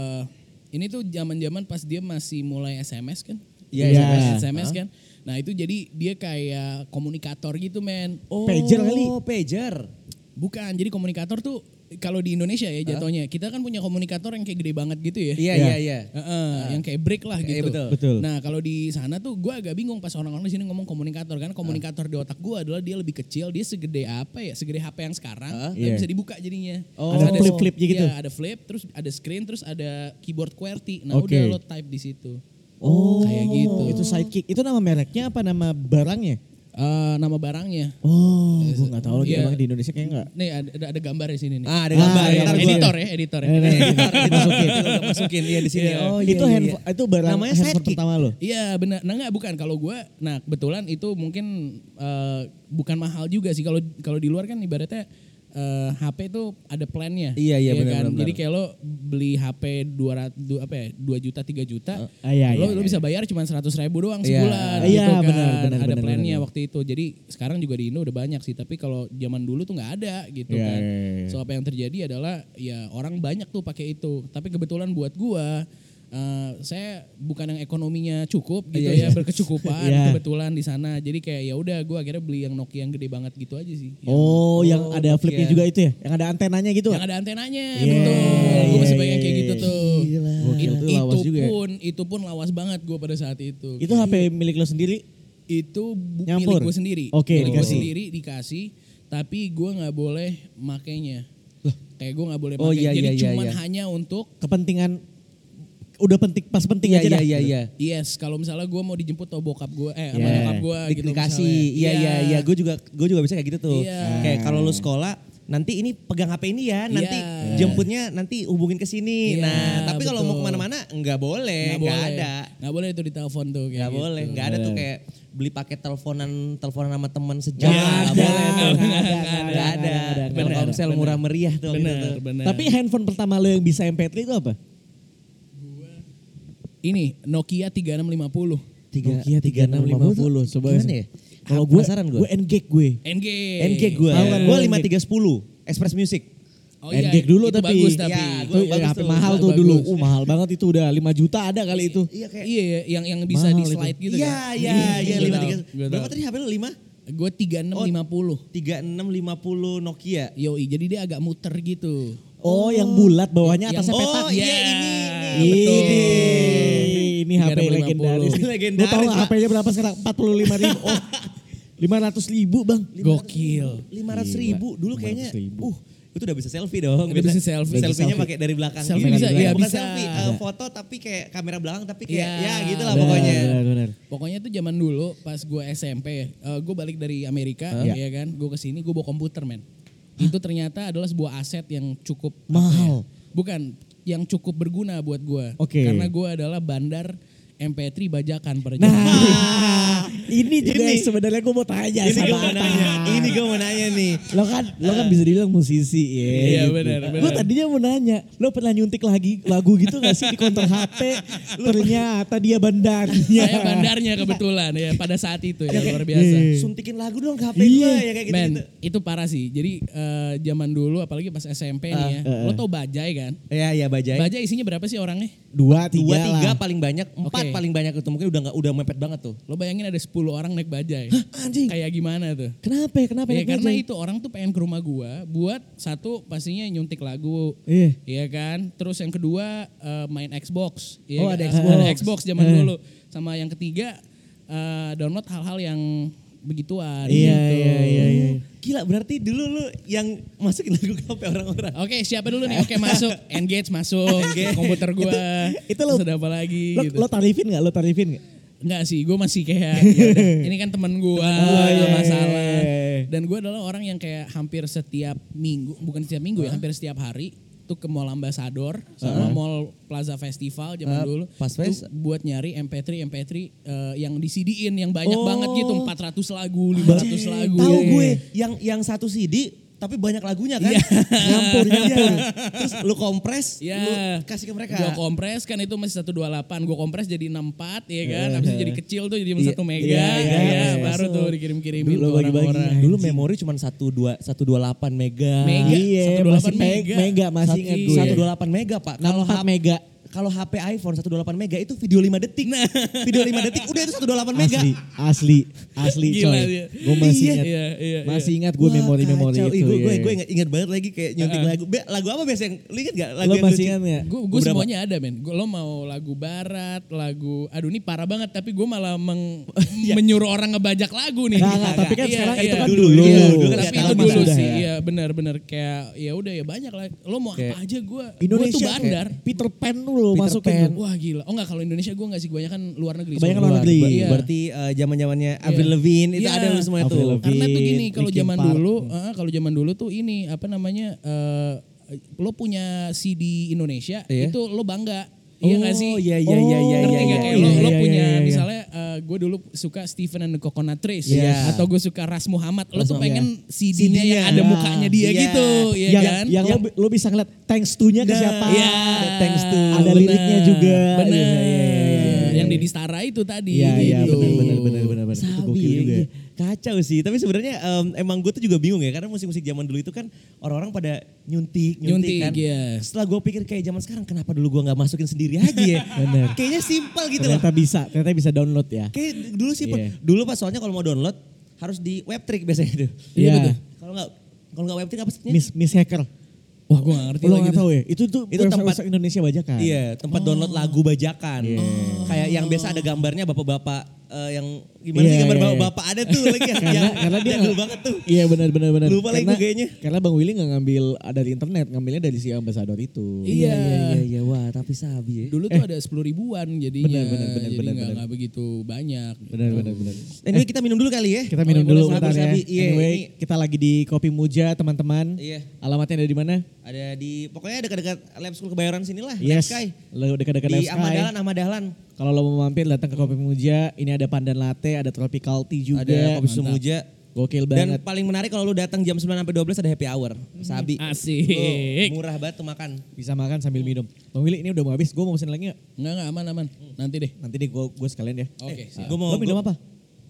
[SPEAKER 1] ini tuh zaman-zaman pas dia masih mulai SMS kan.
[SPEAKER 3] Iya,
[SPEAKER 1] SMS kan. Nah itu jadi dia kayak komunikator gitu men.
[SPEAKER 2] Pager kali.
[SPEAKER 3] Pager.
[SPEAKER 1] Bukan, jadi komunikator tuh kalau di Indonesia ya jatuhnya. Kita kan punya komunikator yang kayak gede banget gitu ya.
[SPEAKER 3] Iya.
[SPEAKER 1] Yang kayak break lah gitu.
[SPEAKER 2] Betul.
[SPEAKER 1] Nah kalau di sana tuh gue agak bingung pas orang-orang di sini ngomong komunikator. Karena komunikator di otak gue adalah dia lebih kecil. Dia segede apa ya, segede HP yang sekarang. Tapi
[SPEAKER 2] Iya.
[SPEAKER 1] bisa dibuka jadinya.
[SPEAKER 2] Ada flip-flipnya gitu?
[SPEAKER 1] Iya ada flip, terus ada screen, terus ada keyboard QWERTY. Nah
[SPEAKER 2] Oke.
[SPEAKER 1] udah lo type di situ.
[SPEAKER 2] Oh,
[SPEAKER 1] Kayak gitu.
[SPEAKER 2] Itu Sidekick. Itu nama mereknya apa nama barangnya?
[SPEAKER 1] Nama barangnya.
[SPEAKER 2] Oh, gue gak tahu lagi
[SPEAKER 1] Iya.
[SPEAKER 2] emang di Indonesia kayak enggak.
[SPEAKER 1] Nih ada gambar di sini nih.
[SPEAKER 3] Ada gambar.
[SPEAKER 2] iya,
[SPEAKER 3] Ntar
[SPEAKER 2] iya.
[SPEAKER 3] gua-
[SPEAKER 1] Editor ya.
[SPEAKER 3] masukin iya di sini.
[SPEAKER 1] Iya.
[SPEAKER 3] Oh iya.
[SPEAKER 2] Itu
[SPEAKER 3] iya,
[SPEAKER 2] handphone,
[SPEAKER 3] iya.
[SPEAKER 2] itu barang
[SPEAKER 3] Namanya
[SPEAKER 2] handphone
[SPEAKER 3] Sidekick.
[SPEAKER 2] pertama lo.
[SPEAKER 1] Iya benar. Nah enggak bukan kalau gue. Nah kebetulan itu mungkin bukan mahal juga sih. Kalau di luar kan ibaratnya HP itu ada plannya.
[SPEAKER 3] Iya,
[SPEAKER 1] ya
[SPEAKER 3] benar,
[SPEAKER 1] kan?
[SPEAKER 3] benar.
[SPEAKER 1] Jadi kayak lo beli HP 2 juta 3 juta.
[SPEAKER 2] Iya,
[SPEAKER 1] Lo bisa bayar cuma 100.000 doang
[SPEAKER 3] Iya.
[SPEAKER 1] sebulan.
[SPEAKER 2] Iya,
[SPEAKER 1] gitu kan.
[SPEAKER 2] benar,
[SPEAKER 1] Ada
[SPEAKER 2] benar,
[SPEAKER 1] plannya
[SPEAKER 2] benar.
[SPEAKER 1] waktu itu. Jadi sekarang juga di Indo udah banyak sih. Tapi kalau zaman dulu tuh nggak ada gitu
[SPEAKER 2] Iya,
[SPEAKER 1] kan.
[SPEAKER 2] iya.
[SPEAKER 1] So apa yang terjadi adalah ya orang banyak tuh pakai itu. Tapi kebetulan buat gua saya bukan yang ekonominya cukup gitu
[SPEAKER 3] Iya,
[SPEAKER 1] ya berkecukupan
[SPEAKER 2] Iya.
[SPEAKER 1] kebetulan di sana. Jadi kayak ya udah gua akhirnya beli yang Nokia yang gede banget gitu aja sih.
[SPEAKER 2] Oh, yang ada
[SPEAKER 3] Nokia.
[SPEAKER 2] flipnya juga itu ya? Yang ada antenanya gitu?
[SPEAKER 1] Yang ada antenanya
[SPEAKER 2] Iya,
[SPEAKER 1] betul.
[SPEAKER 2] iya,
[SPEAKER 1] Gue masih
[SPEAKER 2] iya,
[SPEAKER 1] pakai kayak
[SPEAKER 2] iya,
[SPEAKER 1] gitu
[SPEAKER 2] iya.
[SPEAKER 1] tuh.
[SPEAKER 2] Gila. Gokil tuh, lawas juga ya.
[SPEAKER 1] Itu pun lawas banget gue pada saat itu.
[SPEAKER 2] Itu HP milik lo sendiri?
[SPEAKER 1] Itu
[SPEAKER 2] Nyampur?
[SPEAKER 1] milik gue sendiri.
[SPEAKER 2] Oke,
[SPEAKER 1] Milik gue
[SPEAKER 2] dikasih.
[SPEAKER 1] sendiri dikasih. Tapi gue nggak boleh makainya. Kayak gue nggak boleh
[SPEAKER 3] Oh,
[SPEAKER 1] pakai.
[SPEAKER 3] iya,
[SPEAKER 1] Jadi
[SPEAKER 3] iya,
[SPEAKER 1] cuman
[SPEAKER 3] iya.
[SPEAKER 1] hanya untuk
[SPEAKER 2] Kepentingan udah pas penting
[SPEAKER 3] Iya
[SPEAKER 2] aja dah.
[SPEAKER 3] iya.
[SPEAKER 1] yes, kalau misalnya gue mau dijemput atau bokap gue, sama
[SPEAKER 2] Yeah.
[SPEAKER 1] nyokap gue gitu
[SPEAKER 3] Dikasih.
[SPEAKER 1] misalnya.
[SPEAKER 3] Iya. Gue juga bisa kayak gitu tuh.
[SPEAKER 1] Iya.
[SPEAKER 3] Kayak kalau lu sekolah nanti ini pegang HP ini ya, nanti
[SPEAKER 1] Iya.
[SPEAKER 3] jemputnya nanti hubungin ke sini.
[SPEAKER 1] Iya,
[SPEAKER 3] Nah, tapi kalau mau
[SPEAKER 1] betul.
[SPEAKER 3] kemana-mana nggak boleh,
[SPEAKER 1] Nggak
[SPEAKER 3] nggak
[SPEAKER 1] boleh.
[SPEAKER 3] ada.
[SPEAKER 1] Nggak boleh itu ditelepon tuh. Kayak
[SPEAKER 3] Nggak
[SPEAKER 1] gitu.
[SPEAKER 3] boleh, nggak ada tuh kayak beli paket teleponan sama teman sejam.
[SPEAKER 2] Nggak
[SPEAKER 3] Nggak
[SPEAKER 2] ada,
[SPEAKER 3] boleh tuh.
[SPEAKER 2] nggak ada,
[SPEAKER 3] Nggak ada.
[SPEAKER 2] nggak ada.
[SPEAKER 3] Telkomsel murah meriah tuh. waktu itu
[SPEAKER 1] Benar,
[SPEAKER 3] tuh.
[SPEAKER 1] benar.
[SPEAKER 2] Tapi handphone pertama lo yang bisa MP3 itu apa?
[SPEAKER 1] Ini Nokia 3650.
[SPEAKER 2] Nokia 3650. Coba
[SPEAKER 3] Gimana ya?
[SPEAKER 2] Kalau gue,
[SPEAKER 3] Penasaran gue.
[SPEAKER 2] gue N-Gag gue.
[SPEAKER 1] NG
[SPEAKER 3] gue.
[SPEAKER 2] Tahu kan
[SPEAKER 3] Gue
[SPEAKER 2] lo
[SPEAKER 3] 5310 Express Music.
[SPEAKER 1] Oh iya,
[SPEAKER 2] N-Gag dulu
[SPEAKER 1] itu
[SPEAKER 2] tapi.
[SPEAKER 1] bagus tapi.
[SPEAKER 3] Iya,
[SPEAKER 2] Itu
[SPEAKER 3] bagus
[SPEAKER 2] HP
[SPEAKER 3] tuh,
[SPEAKER 2] mahal
[SPEAKER 1] bagus.
[SPEAKER 2] tuh dulu. Mahal banget itu udah 5 juta ada kali itu.
[SPEAKER 3] Iya kayak.
[SPEAKER 1] Iya, yang bisa
[SPEAKER 2] Mahal
[SPEAKER 1] di slide gitu
[SPEAKER 3] Iya,
[SPEAKER 1] kan.
[SPEAKER 3] iya,
[SPEAKER 1] Gua
[SPEAKER 3] 53.
[SPEAKER 1] tahu, gua
[SPEAKER 3] Berapa
[SPEAKER 1] tahu.
[SPEAKER 3] tadi HP lu 5?
[SPEAKER 1] Gue 3650.
[SPEAKER 3] 3650 Nokia.
[SPEAKER 1] Yoi, jadi dia agak muter gitu.
[SPEAKER 2] Oh, yang bulat bawahnya
[SPEAKER 1] Yang-
[SPEAKER 2] atasnya
[SPEAKER 1] oh,
[SPEAKER 2] petak.
[SPEAKER 3] iya,
[SPEAKER 1] Ya,
[SPEAKER 3] ini.
[SPEAKER 1] betul.
[SPEAKER 2] Ini HP
[SPEAKER 1] 3650.
[SPEAKER 2] legendaris.
[SPEAKER 3] Legendaris,
[SPEAKER 2] Lu tahu nggak
[SPEAKER 3] Pak.
[SPEAKER 2] HP-nya berapa sekarang? 45.000. Oh, 500.000 bang.
[SPEAKER 1] Gokil.
[SPEAKER 3] 500.000 dulu kayaknya.
[SPEAKER 2] 500.000.
[SPEAKER 3] Itu udah bisa selfie dong.
[SPEAKER 1] Udah bisa selfie.
[SPEAKER 3] Selfie-nya
[SPEAKER 2] Selfie.
[SPEAKER 3] pakai dari belakang.
[SPEAKER 1] Selfie
[SPEAKER 3] gitu.
[SPEAKER 1] bisa, iya,
[SPEAKER 3] Bukan
[SPEAKER 1] bisa.
[SPEAKER 3] selfie,
[SPEAKER 2] Ada.
[SPEAKER 3] foto tapi kayak kamera belakang tapi kayak
[SPEAKER 1] Iya.
[SPEAKER 3] ya gitu lah
[SPEAKER 2] Benar,
[SPEAKER 3] pokoknya.
[SPEAKER 2] benar.
[SPEAKER 1] Pokoknya tuh zaman dulu pas gue SMP, gue balik dari Amerika,
[SPEAKER 2] Iya.
[SPEAKER 1] ya kan, gue kesini gue bawa komputer men. Itu ternyata adalah sebuah aset yang cukup
[SPEAKER 2] Mahal.
[SPEAKER 1] bukan, yang cukup berguna buat gue.
[SPEAKER 2] Oke.
[SPEAKER 1] Karena gue adalah bandar MP3 bajakan pada
[SPEAKER 2] Nah,
[SPEAKER 1] zaman dulu.
[SPEAKER 2] ini juga
[SPEAKER 3] Ini.
[SPEAKER 2] yang sebenarnya gue mau tanya
[SPEAKER 3] Ini gue
[SPEAKER 2] sama
[SPEAKER 3] mau nanya.
[SPEAKER 2] Atta.
[SPEAKER 3] Ini gue mau nanya nih.
[SPEAKER 2] Lo kan bisa dibilang musisi ya.
[SPEAKER 1] Iya, benar, benar.
[SPEAKER 2] Gue tadinya mau nanya, lo pernah nyuntik lagu gitu gak sih di konter HP? Ternyata dia bandarnya.
[SPEAKER 1] Saya bandarnya kebetulan ya pada saat itu ya luar biasa.
[SPEAKER 3] Suntikin lagu dong ke HP
[SPEAKER 2] Iya.
[SPEAKER 3] gue ya kayak gitu.
[SPEAKER 1] Men, itu parah sih. Jadi zaman dulu apalagi pas SMP nih ya. Lo tau Bajai kan?
[SPEAKER 3] Iya, Bajai.
[SPEAKER 1] Bajai isinya berapa sih orangnya?
[SPEAKER 2] 2, 3
[SPEAKER 3] 2, 3
[SPEAKER 2] lah.
[SPEAKER 3] paling banyak, 4
[SPEAKER 1] Oke.
[SPEAKER 3] paling banyak itu mungkin udah mepet banget tuh.
[SPEAKER 1] Lo bayangin ada 10 orang naik Bajai.
[SPEAKER 2] Anjing.
[SPEAKER 1] Kayak gimana tuh?
[SPEAKER 2] Kenapa
[SPEAKER 1] Ya
[SPEAKER 2] naik
[SPEAKER 1] karena
[SPEAKER 2] bajai?
[SPEAKER 1] itu orang tuh pengen ke rumah gua buat satu pastinya nyuntik lagu.
[SPEAKER 2] Iya.
[SPEAKER 1] Iya kan? Terus yang kedua main Xbox. Iya
[SPEAKER 2] Oh,
[SPEAKER 1] kan?
[SPEAKER 2] ada Xbox.
[SPEAKER 1] Ada Xbox zaman dulu. Sama yang ketiga download hal-hal yang begituan
[SPEAKER 2] Iya,
[SPEAKER 1] gitu.
[SPEAKER 2] iya.
[SPEAKER 3] Gila berarti dulu lu yang masukin lagu ke HP orang-orang.
[SPEAKER 1] Oke, siapa dulu nih? Oke, masuk. Engage masuk. Komputer gua.
[SPEAKER 2] Itu lo-
[SPEAKER 1] Terus ada apa lagi
[SPEAKER 2] Lo,
[SPEAKER 1] gitu.
[SPEAKER 2] lo tarifin gak? Lo tarifin gak?
[SPEAKER 1] Enggak sih, gue masih kayak ya udah, ini kan temen gue,
[SPEAKER 2] iya,
[SPEAKER 1] gak masalah.
[SPEAKER 2] iya.
[SPEAKER 1] Dan gue adalah orang yang kayak hampir setiap minggu, bukan setiap minggu ya, hampir setiap hari tuh ke Mall Ambassador sama Mall Plaza Festival zaman dulu.
[SPEAKER 3] pas
[SPEAKER 1] tuh
[SPEAKER 3] fest?
[SPEAKER 1] buat nyari MP3 yang di CD-in yang banyak banget gitu, 400 lagu, 500 lagu.
[SPEAKER 3] Tahu
[SPEAKER 1] Iya.
[SPEAKER 3] gue yang satu CD tapi banyak lagunya kan.
[SPEAKER 1] Iya.
[SPEAKER 3] Nyampur. Terus lu kompres,
[SPEAKER 1] Iya.
[SPEAKER 3] lu kasih ke mereka.
[SPEAKER 1] Gue kompres kan itu masih 128, gue kompres jadi 64 ya kan, habis itu jadi kecil tuh jadi 1 mega,
[SPEAKER 3] iya,
[SPEAKER 1] baru
[SPEAKER 3] masuk.
[SPEAKER 1] tuh dikirim-kirimin
[SPEAKER 2] Dulu
[SPEAKER 1] tuh
[SPEAKER 2] bagi-bagi.
[SPEAKER 1] orang-orang.
[SPEAKER 3] Dulu memori cuma 128 mega.
[SPEAKER 1] Mega.
[SPEAKER 2] Iya,
[SPEAKER 1] 128
[SPEAKER 2] masih
[SPEAKER 1] mega.
[SPEAKER 2] mega masih ingat gue.
[SPEAKER 3] 128 mega, Pak. Kalau
[SPEAKER 2] 64 mega.
[SPEAKER 3] Kalau HP iPhone 128 mega itu video 5 detik. Video 5 detik udah itu 128 mega.
[SPEAKER 2] Asli
[SPEAKER 1] Gila
[SPEAKER 2] coy.
[SPEAKER 1] dia.
[SPEAKER 2] Gue masih
[SPEAKER 3] Iya.
[SPEAKER 2] ingat.
[SPEAKER 1] Iya.
[SPEAKER 2] Masih ingat gue
[SPEAKER 3] Wah,
[SPEAKER 2] memori-memori
[SPEAKER 3] kacau.
[SPEAKER 2] itu.
[SPEAKER 3] Gue
[SPEAKER 2] iya.
[SPEAKER 3] ingat banget lagi kayak nyuntik lagu. Lagu apa biasa yang lu inget gak? Lagu
[SPEAKER 2] Lo
[SPEAKER 3] yang
[SPEAKER 2] masih
[SPEAKER 3] lucu?
[SPEAKER 2] ingat gak?
[SPEAKER 1] Gue
[SPEAKER 3] Beberapa.
[SPEAKER 1] semuanya ada men. Lo mau lagu barat, lagu, aduh ini parah banget tapi gue malah menyuruh orang ngebajak lagu nih.
[SPEAKER 2] Nggak, tapi kan
[SPEAKER 1] Iya,
[SPEAKER 2] sekarang
[SPEAKER 1] iya.
[SPEAKER 2] itu kan
[SPEAKER 3] Dulu,
[SPEAKER 2] dulu.
[SPEAKER 3] iya, dulu kan
[SPEAKER 1] Tapi
[SPEAKER 3] nggak
[SPEAKER 1] itu
[SPEAKER 3] tahu
[SPEAKER 1] dulu
[SPEAKER 3] sudah
[SPEAKER 1] sih,
[SPEAKER 2] ya.
[SPEAKER 1] iya benar-benar kayak ya udah ya banyak lah. Lo mau
[SPEAKER 3] Kayak
[SPEAKER 1] apa aja gue tuh
[SPEAKER 2] Indonesia
[SPEAKER 1] bandar.
[SPEAKER 2] kayak Peter Pan dulu
[SPEAKER 3] Peter
[SPEAKER 2] masukin.
[SPEAKER 3] Pan.
[SPEAKER 1] Wah gila. Oh enggak kalau Indonesia gue enggak sih, kebanyakan luar negeri.
[SPEAKER 2] Kebanyakan
[SPEAKER 1] semua.
[SPEAKER 2] luar negeri.
[SPEAKER 1] Iya.
[SPEAKER 3] Berarti zaman-zamannya Avril Lavigne itu
[SPEAKER 1] Iya.
[SPEAKER 3] ada lu semua itu.
[SPEAKER 2] Avril Lavigne.
[SPEAKER 1] Karena tuh gini kalau
[SPEAKER 2] Linkin
[SPEAKER 1] zaman
[SPEAKER 2] Park.
[SPEAKER 1] dulu, kalau zaman dulu tuh ini apa namanya lo punya CD Indonesia
[SPEAKER 3] Iya.
[SPEAKER 1] itu lo bangga. Iya nggak sih?
[SPEAKER 3] Iya.
[SPEAKER 1] Ngerti nggak? Kayak lo
[SPEAKER 2] iya,
[SPEAKER 1] punya
[SPEAKER 2] iya.
[SPEAKER 1] misalnya gue dulu suka Stephen and the Coconut Trees
[SPEAKER 3] Iya.
[SPEAKER 1] atau gue suka Ras Muhammad. Lo tuh
[SPEAKER 3] Ras
[SPEAKER 1] pengen CD-nya yang
[SPEAKER 3] CD-nya.
[SPEAKER 1] ada mukanya dia
[SPEAKER 3] Iya.
[SPEAKER 1] gitu, ya
[SPEAKER 2] yang,
[SPEAKER 1] kan?
[SPEAKER 2] yang lo bisa ngeliat thanks to-nya ke
[SPEAKER 3] Nah,
[SPEAKER 2] siapa.
[SPEAKER 1] Iya,
[SPEAKER 2] Thanks to. Ada
[SPEAKER 1] benar.
[SPEAKER 2] liriknya juga.
[SPEAKER 1] Benar.
[SPEAKER 2] Iya.
[SPEAKER 1] Yang Deddy Stara itu tadi.
[SPEAKER 2] Iya, iya,
[SPEAKER 1] gitu.
[SPEAKER 2] benar. Itu
[SPEAKER 3] Sabi,
[SPEAKER 2] gokil juga.
[SPEAKER 3] iya. Kacau sih, tapi sebenarnya emang gue tuh juga bingung ya, karena musik-musik zaman dulu itu kan orang-orang pada nyuntik kan.
[SPEAKER 1] Iya.
[SPEAKER 3] Setelah gue pikir kayak zaman sekarang, kenapa dulu gue nggak masukin sendiri aja ya?
[SPEAKER 2] Bener.
[SPEAKER 3] Kayaknya simpel gitu loh.
[SPEAKER 2] Ternyata bisa download ya.
[SPEAKER 3] Kayak dulu sih,
[SPEAKER 2] Iya.
[SPEAKER 3] dulu pas soalnya kalau mau download harus di Webtrick biasanya itu.
[SPEAKER 2] Iya.
[SPEAKER 3] betul. Kalau nggak Webtrick apa sih?
[SPEAKER 2] Miss Hacker.
[SPEAKER 1] Wah gue gak ngerti
[SPEAKER 2] Lo
[SPEAKER 1] lagi.
[SPEAKER 2] nggak tahu ya? Itu
[SPEAKER 3] tempat-
[SPEAKER 2] website Indonesia bajakan.
[SPEAKER 3] Iya, tempat download lagu bajakan.
[SPEAKER 2] Iya.
[SPEAKER 3] Kayak yang biasa ada gambarnya bapak-bapak yang gimana sih
[SPEAKER 2] Iya,
[SPEAKER 3] gambar
[SPEAKER 2] iya.
[SPEAKER 3] bapak ada tuh lagi yang
[SPEAKER 2] karena dia
[SPEAKER 3] jadul banget tuh.
[SPEAKER 2] Iya benar.
[SPEAKER 3] Lupa lagi gue kayaknya.
[SPEAKER 2] Karena Bang Willy nggak ngambil dari internet, ngambilnya dari si ambasador itu.
[SPEAKER 1] Iya.
[SPEAKER 3] Wah tapi sabi ya.
[SPEAKER 1] Dulu tuh ada 10 ribuan jadinya.
[SPEAKER 2] Benar,
[SPEAKER 1] Jadi
[SPEAKER 2] benar.
[SPEAKER 1] nggak begitu banyak.
[SPEAKER 2] Benar.
[SPEAKER 3] Anyway kita minum dulu kali ya.
[SPEAKER 2] Kita minum
[SPEAKER 3] Boleh,
[SPEAKER 2] dulu bentar ya.
[SPEAKER 3] sabi. Iya,
[SPEAKER 2] Anyway,
[SPEAKER 3] ini
[SPEAKER 2] kita lagi di Kopi Muja teman-teman.
[SPEAKER 3] Iya.
[SPEAKER 2] Alamatnya ada di mana?
[SPEAKER 3] ada di pokoknya dekat-dekat Lab School Kebayoran sinilah.
[SPEAKER 2] Yes.
[SPEAKER 3] Sky.
[SPEAKER 2] Lo dekat-dekat Lab
[SPEAKER 3] Di
[SPEAKER 2] Sky.
[SPEAKER 3] Ahmad Dahlan.
[SPEAKER 2] Kalau lo mau mampir datang ke Kopi Muja, ini ada pandan latte, ada tropical tea juga.
[SPEAKER 3] Ada kopi susu muja.
[SPEAKER 2] Gokil
[SPEAKER 3] Dan
[SPEAKER 2] banget.
[SPEAKER 3] paling menarik kalau lu datang jam 9 sampai 12 ada happy hour. Sabi.
[SPEAKER 1] Asik.
[SPEAKER 3] Lu murah banget tuh makan.
[SPEAKER 2] Bisa makan sambil minum. Bang Willy ini udah mau habis, gue mau pesen lagi gak?
[SPEAKER 1] Enggak aman. Nanti deh.
[SPEAKER 2] Nanti deh gue sekalian ya.
[SPEAKER 1] Oke, siap.
[SPEAKER 3] Gua mau
[SPEAKER 2] Lo minum apa?